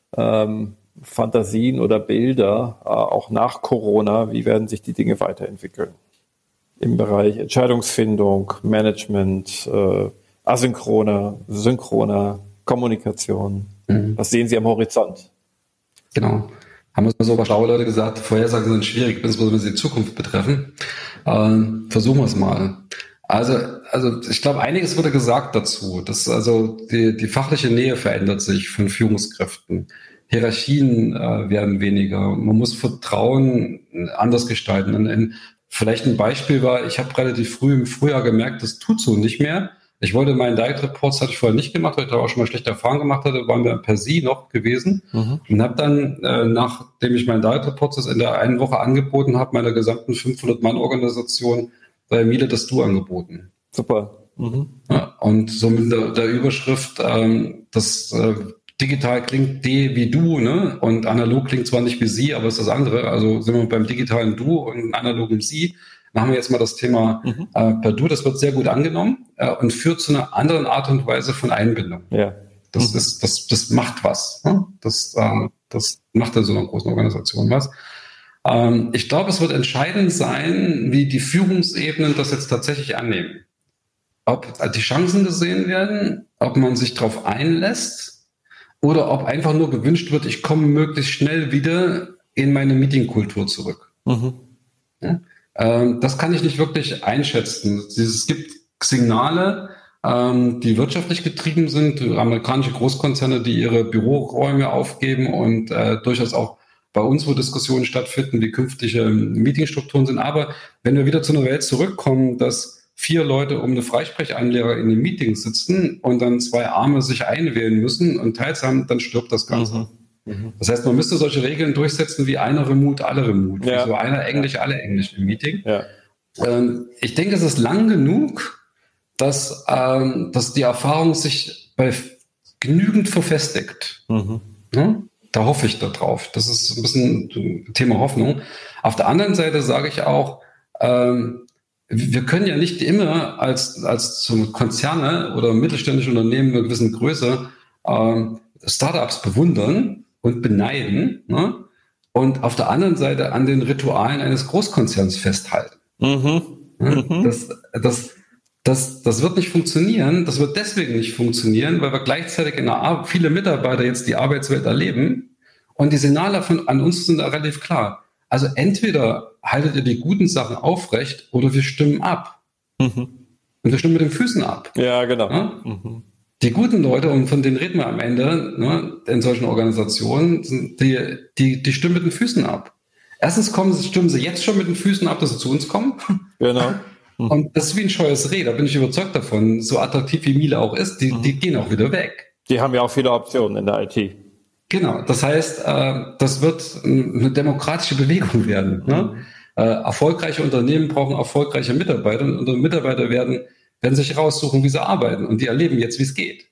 ähm, Fantasien oder Bilder, äh, auch nach Corona? Wie werden sich die Dinge weiterentwickeln? Im Bereich Entscheidungsfindung, Management, äh, asynchroner, synchroner Kommunikation. Mhm. Was sehen Sie am Horizont? Genau. Haben uns mal so schlaue Leute gesagt, Vorhersagen sind schwierig, insbesondere wenn sie die Zukunft betreffen. Ähm, versuchen wir es mal. Also, also ich glaube, einiges wurde gesagt dazu. Dass also die, die fachliche Nähe verändert sich von Führungskräften. Hierarchien äh, werden weniger. Man muss Vertrauen anders gestalten. Und ein, vielleicht ein Beispiel war, ich habe relativ früh im Frühjahr gemerkt, das tut so nicht mehr. Ich wollte meinen Direct Reports, hatte ich vorher nicht gemacht, weil ich da auch schon mal schlechte Erfahrungen gemacht hatte, waren wir per Sie noch gewesen. Mhm. Und habe dann, äh, nachdem ich meinen Direct Reports in der einen Woche angeboten habe, meiner gesamten fünfhundert-Mann-Organisation bei Miele das Du angeboten. Super. Mhm. Ja, und so mit der, der Überschrift, ähm, das äh, digital klingt D wie Du, ne? Und analog klingt zwar nicht wie Sie, aber ist das andere. Also sind wir beim digitalen Du und analogen Sie. Machen wir jetzt mal das Thema mhm. äh, per Du. Das wird sehr gut angenommen äh, und führt zu einer anderen Art und Weise von Einbindung. Ja. Das mhm. ist, das, das macht was. Ne? Das, äh, das macht in so einer großen Organisation was. Ähm, ich glaube, es wird entscheidend sein, wie die Führungsebenen das jetzt tatsächlich annehmen. Ob die Chancen gesehen werden, ob man sich darauf einlässt oder ob einfach nur gewünscht wird, ich komme möglichst schnell wieder in meine Meetingkultur zurück. Mhm. Ja? Das kann ich nicht wirklich einschätzen. Es gibt Signale, die wirtschaftlich getrieben sind, amerikanische Großkonzerne, die ihre Büroräume aufgeben und äh, durchaus auch bei uns, wo Diskussionen stattfinden, wie künftige Meetingstrukturen sind. Aber wenn wir wieder zu einer Welt zurückkommen, dass vier Leute um eine Freisprechanlage in einem Meeting sitzen und dann zwei Arme sich einwählen müssen und teils haben, dann stirbt das Ganze. Mhm. Mhm. Das heißt, man müsste solche Regeln durchsetzen wie einer Remote, alle Remote. Ja. Also einer Englisch, alle Englisch im Meeting. Ja. Ähm, ich denke, es ist lang genug, dass, ähm, dass die Erfahrung sich bei genügend verfestigt. Mhm. Ja? Da hoffe ich darauf. Das ist ein bisschen Thema Hoffnung. Auf der anderen Seite sage ich auch, ähm, wir können ja nicht immer als, als zum Konzerne oder mittelständische Unternehmen einer gewissen Größe ähm, Startups bewundern und beneiden, ne? Und auf der anderen Seite an den Ritualen eines Großkonzerns festhalten. Mhm. Ja? Mhm. Das, das, das, das wird nicht funktionieren. Das wird deswegen nicht funktionieren, weil wir gleichzeitig in der Ar- viele Mitarbeiter jetzt die Arbeitswelt erleben und die Signale von, an uns sind da relativ klar. Also entweder haltet ihr die guten Sachen aufrecht oder wir stimmen ab. Mhm. Und wir stimmen mit den Füßen ab. Ja, genau. Ja? Mhm. Die guten Leute, und von denen reden wir am Ende, ne, in solchen Organisationen, sind die, die, die stimmen mit den Füßen ab. Erstens kommen sie, stimmen sie jetzt schon mit den Füßen ab, dass sie zu uns kommen. Genau. Mhm. Und das ist wie ein scheues Reh, da bin ich überzeugt davon. So attraktiv wie Miele auch ist, die, mhm. die gehen auch wieder weg. Die haben ja auch viele Optionen in der I T. Genau, das heißt, das wird eine demokratische Bewegung werden. Ne? Erfolgreiche Unternehmen brauchen erfolgreiche Mitarbeiter und unsere Mitarbeiter werden, werden sich raussuchen, wie sie arbeiten und die erleben jetzt, wie es geht.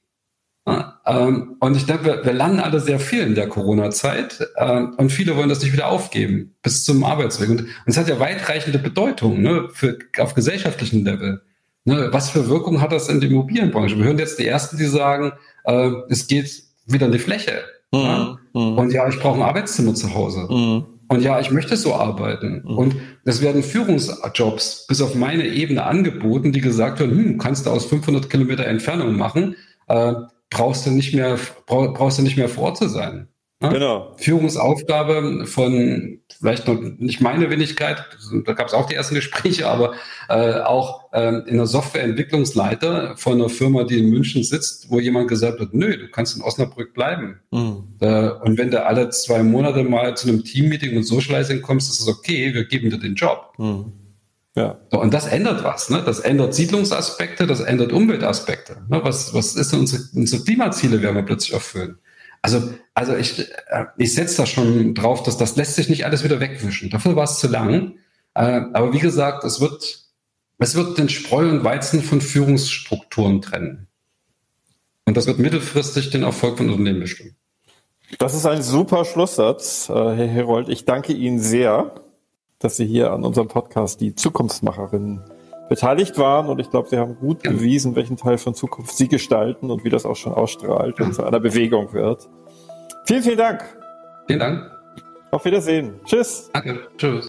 Und ich denke, wir, wir lernen alle sehr viel in der Corona-Zeit und viele wollen das nicht wieder aufgeben bis zum Arbeitsweg. Und es hat ja weitreichende Bedeutung, ne, für, auf gesellschaftlichem Level. Ne, was für Wirkung hat das in der Immobilienbranche? Wir hören jetzt die Ersten, die sagen, äh, es geht wieder in die Fläche. Mhm. Ja? Mhm. Und ja, ich brauche ein Arbeitszimmer zu Hause. Mhm. Und ja, ich möchte so arbeiten. Mhm. Und es werden Führungsjobs bis auf meine Ebene angeboten, die gesagt werden, hm, kannst du aus fünfhundert Kilometer Entfernung machen, äh, brauchst du nicht mehr, brauchst du nicht mehr vor Ort zu sein. Ja? Genau. Führungsaufgabe von, vielleicht noch nicht meine Wenigkeit, da gab es auch die ersten Gespräche, aber äh, auch äh, in der Softwareentwicklungsleiter von einer Firma, die in München sitzt, wo jemand gesagt hat, nö, du kannst in Osnabrück bleiben. Mhm. Äh, und wenn du alle zwei Monate mal zu einem Teammeeting und Socializing kommst, ist es okay, wir geben dir den Job. Mhm. Ja. So, und das ändert was, ne? Das ändert Siedlungsaspekte, das ändert Umweltaspekte. Ne? Was, was ist denn unsere, unsere Klimaziele werden wir plötzlich erfüllen? Also, also ich, ich setze da schon drauf, dass das lässt sich nicht alles wieder wegwischen. Dafür war es zu lang. Aber wie gesagt, es wird, es wird den Spreu und Weizen von Führungsstrukturen trennen. Und das wird mittelfristig den Erfolg von Unternehmen bestimmen. Das ist ein super Schlusssatz, Herr Herold. Ich danke Ihnen sehr, dass Sie hier an unserem Podcast die Zukunftsmacherinnen beteiligt waren. Und ich glaube, Sie haben gut ja. bewiesen, welchen Teil von Zukunft Sie gestalten und wie das auch schon ausstrahlt und zu einer Bewegung wird. Vielen, vielen Dank. Vielen Dank. Auf Wiedersehen. Tschüss. Danke. Tschüss.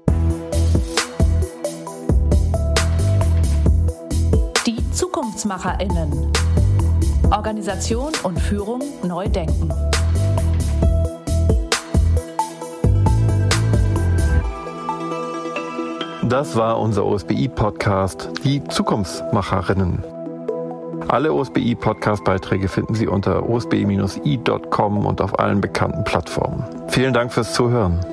Die ZukunftsmacherInnen. Organisation und Führung neu denken. Das war unser O S B I-Podcast, die Zukunftsmacherinnen. Alle O S B I-Podcast-Beiträge finden Sie unter o s b i Bindestrich i Punkt com und auf allen bekannten Plattformen. Vielen Dank fürs Zuhören.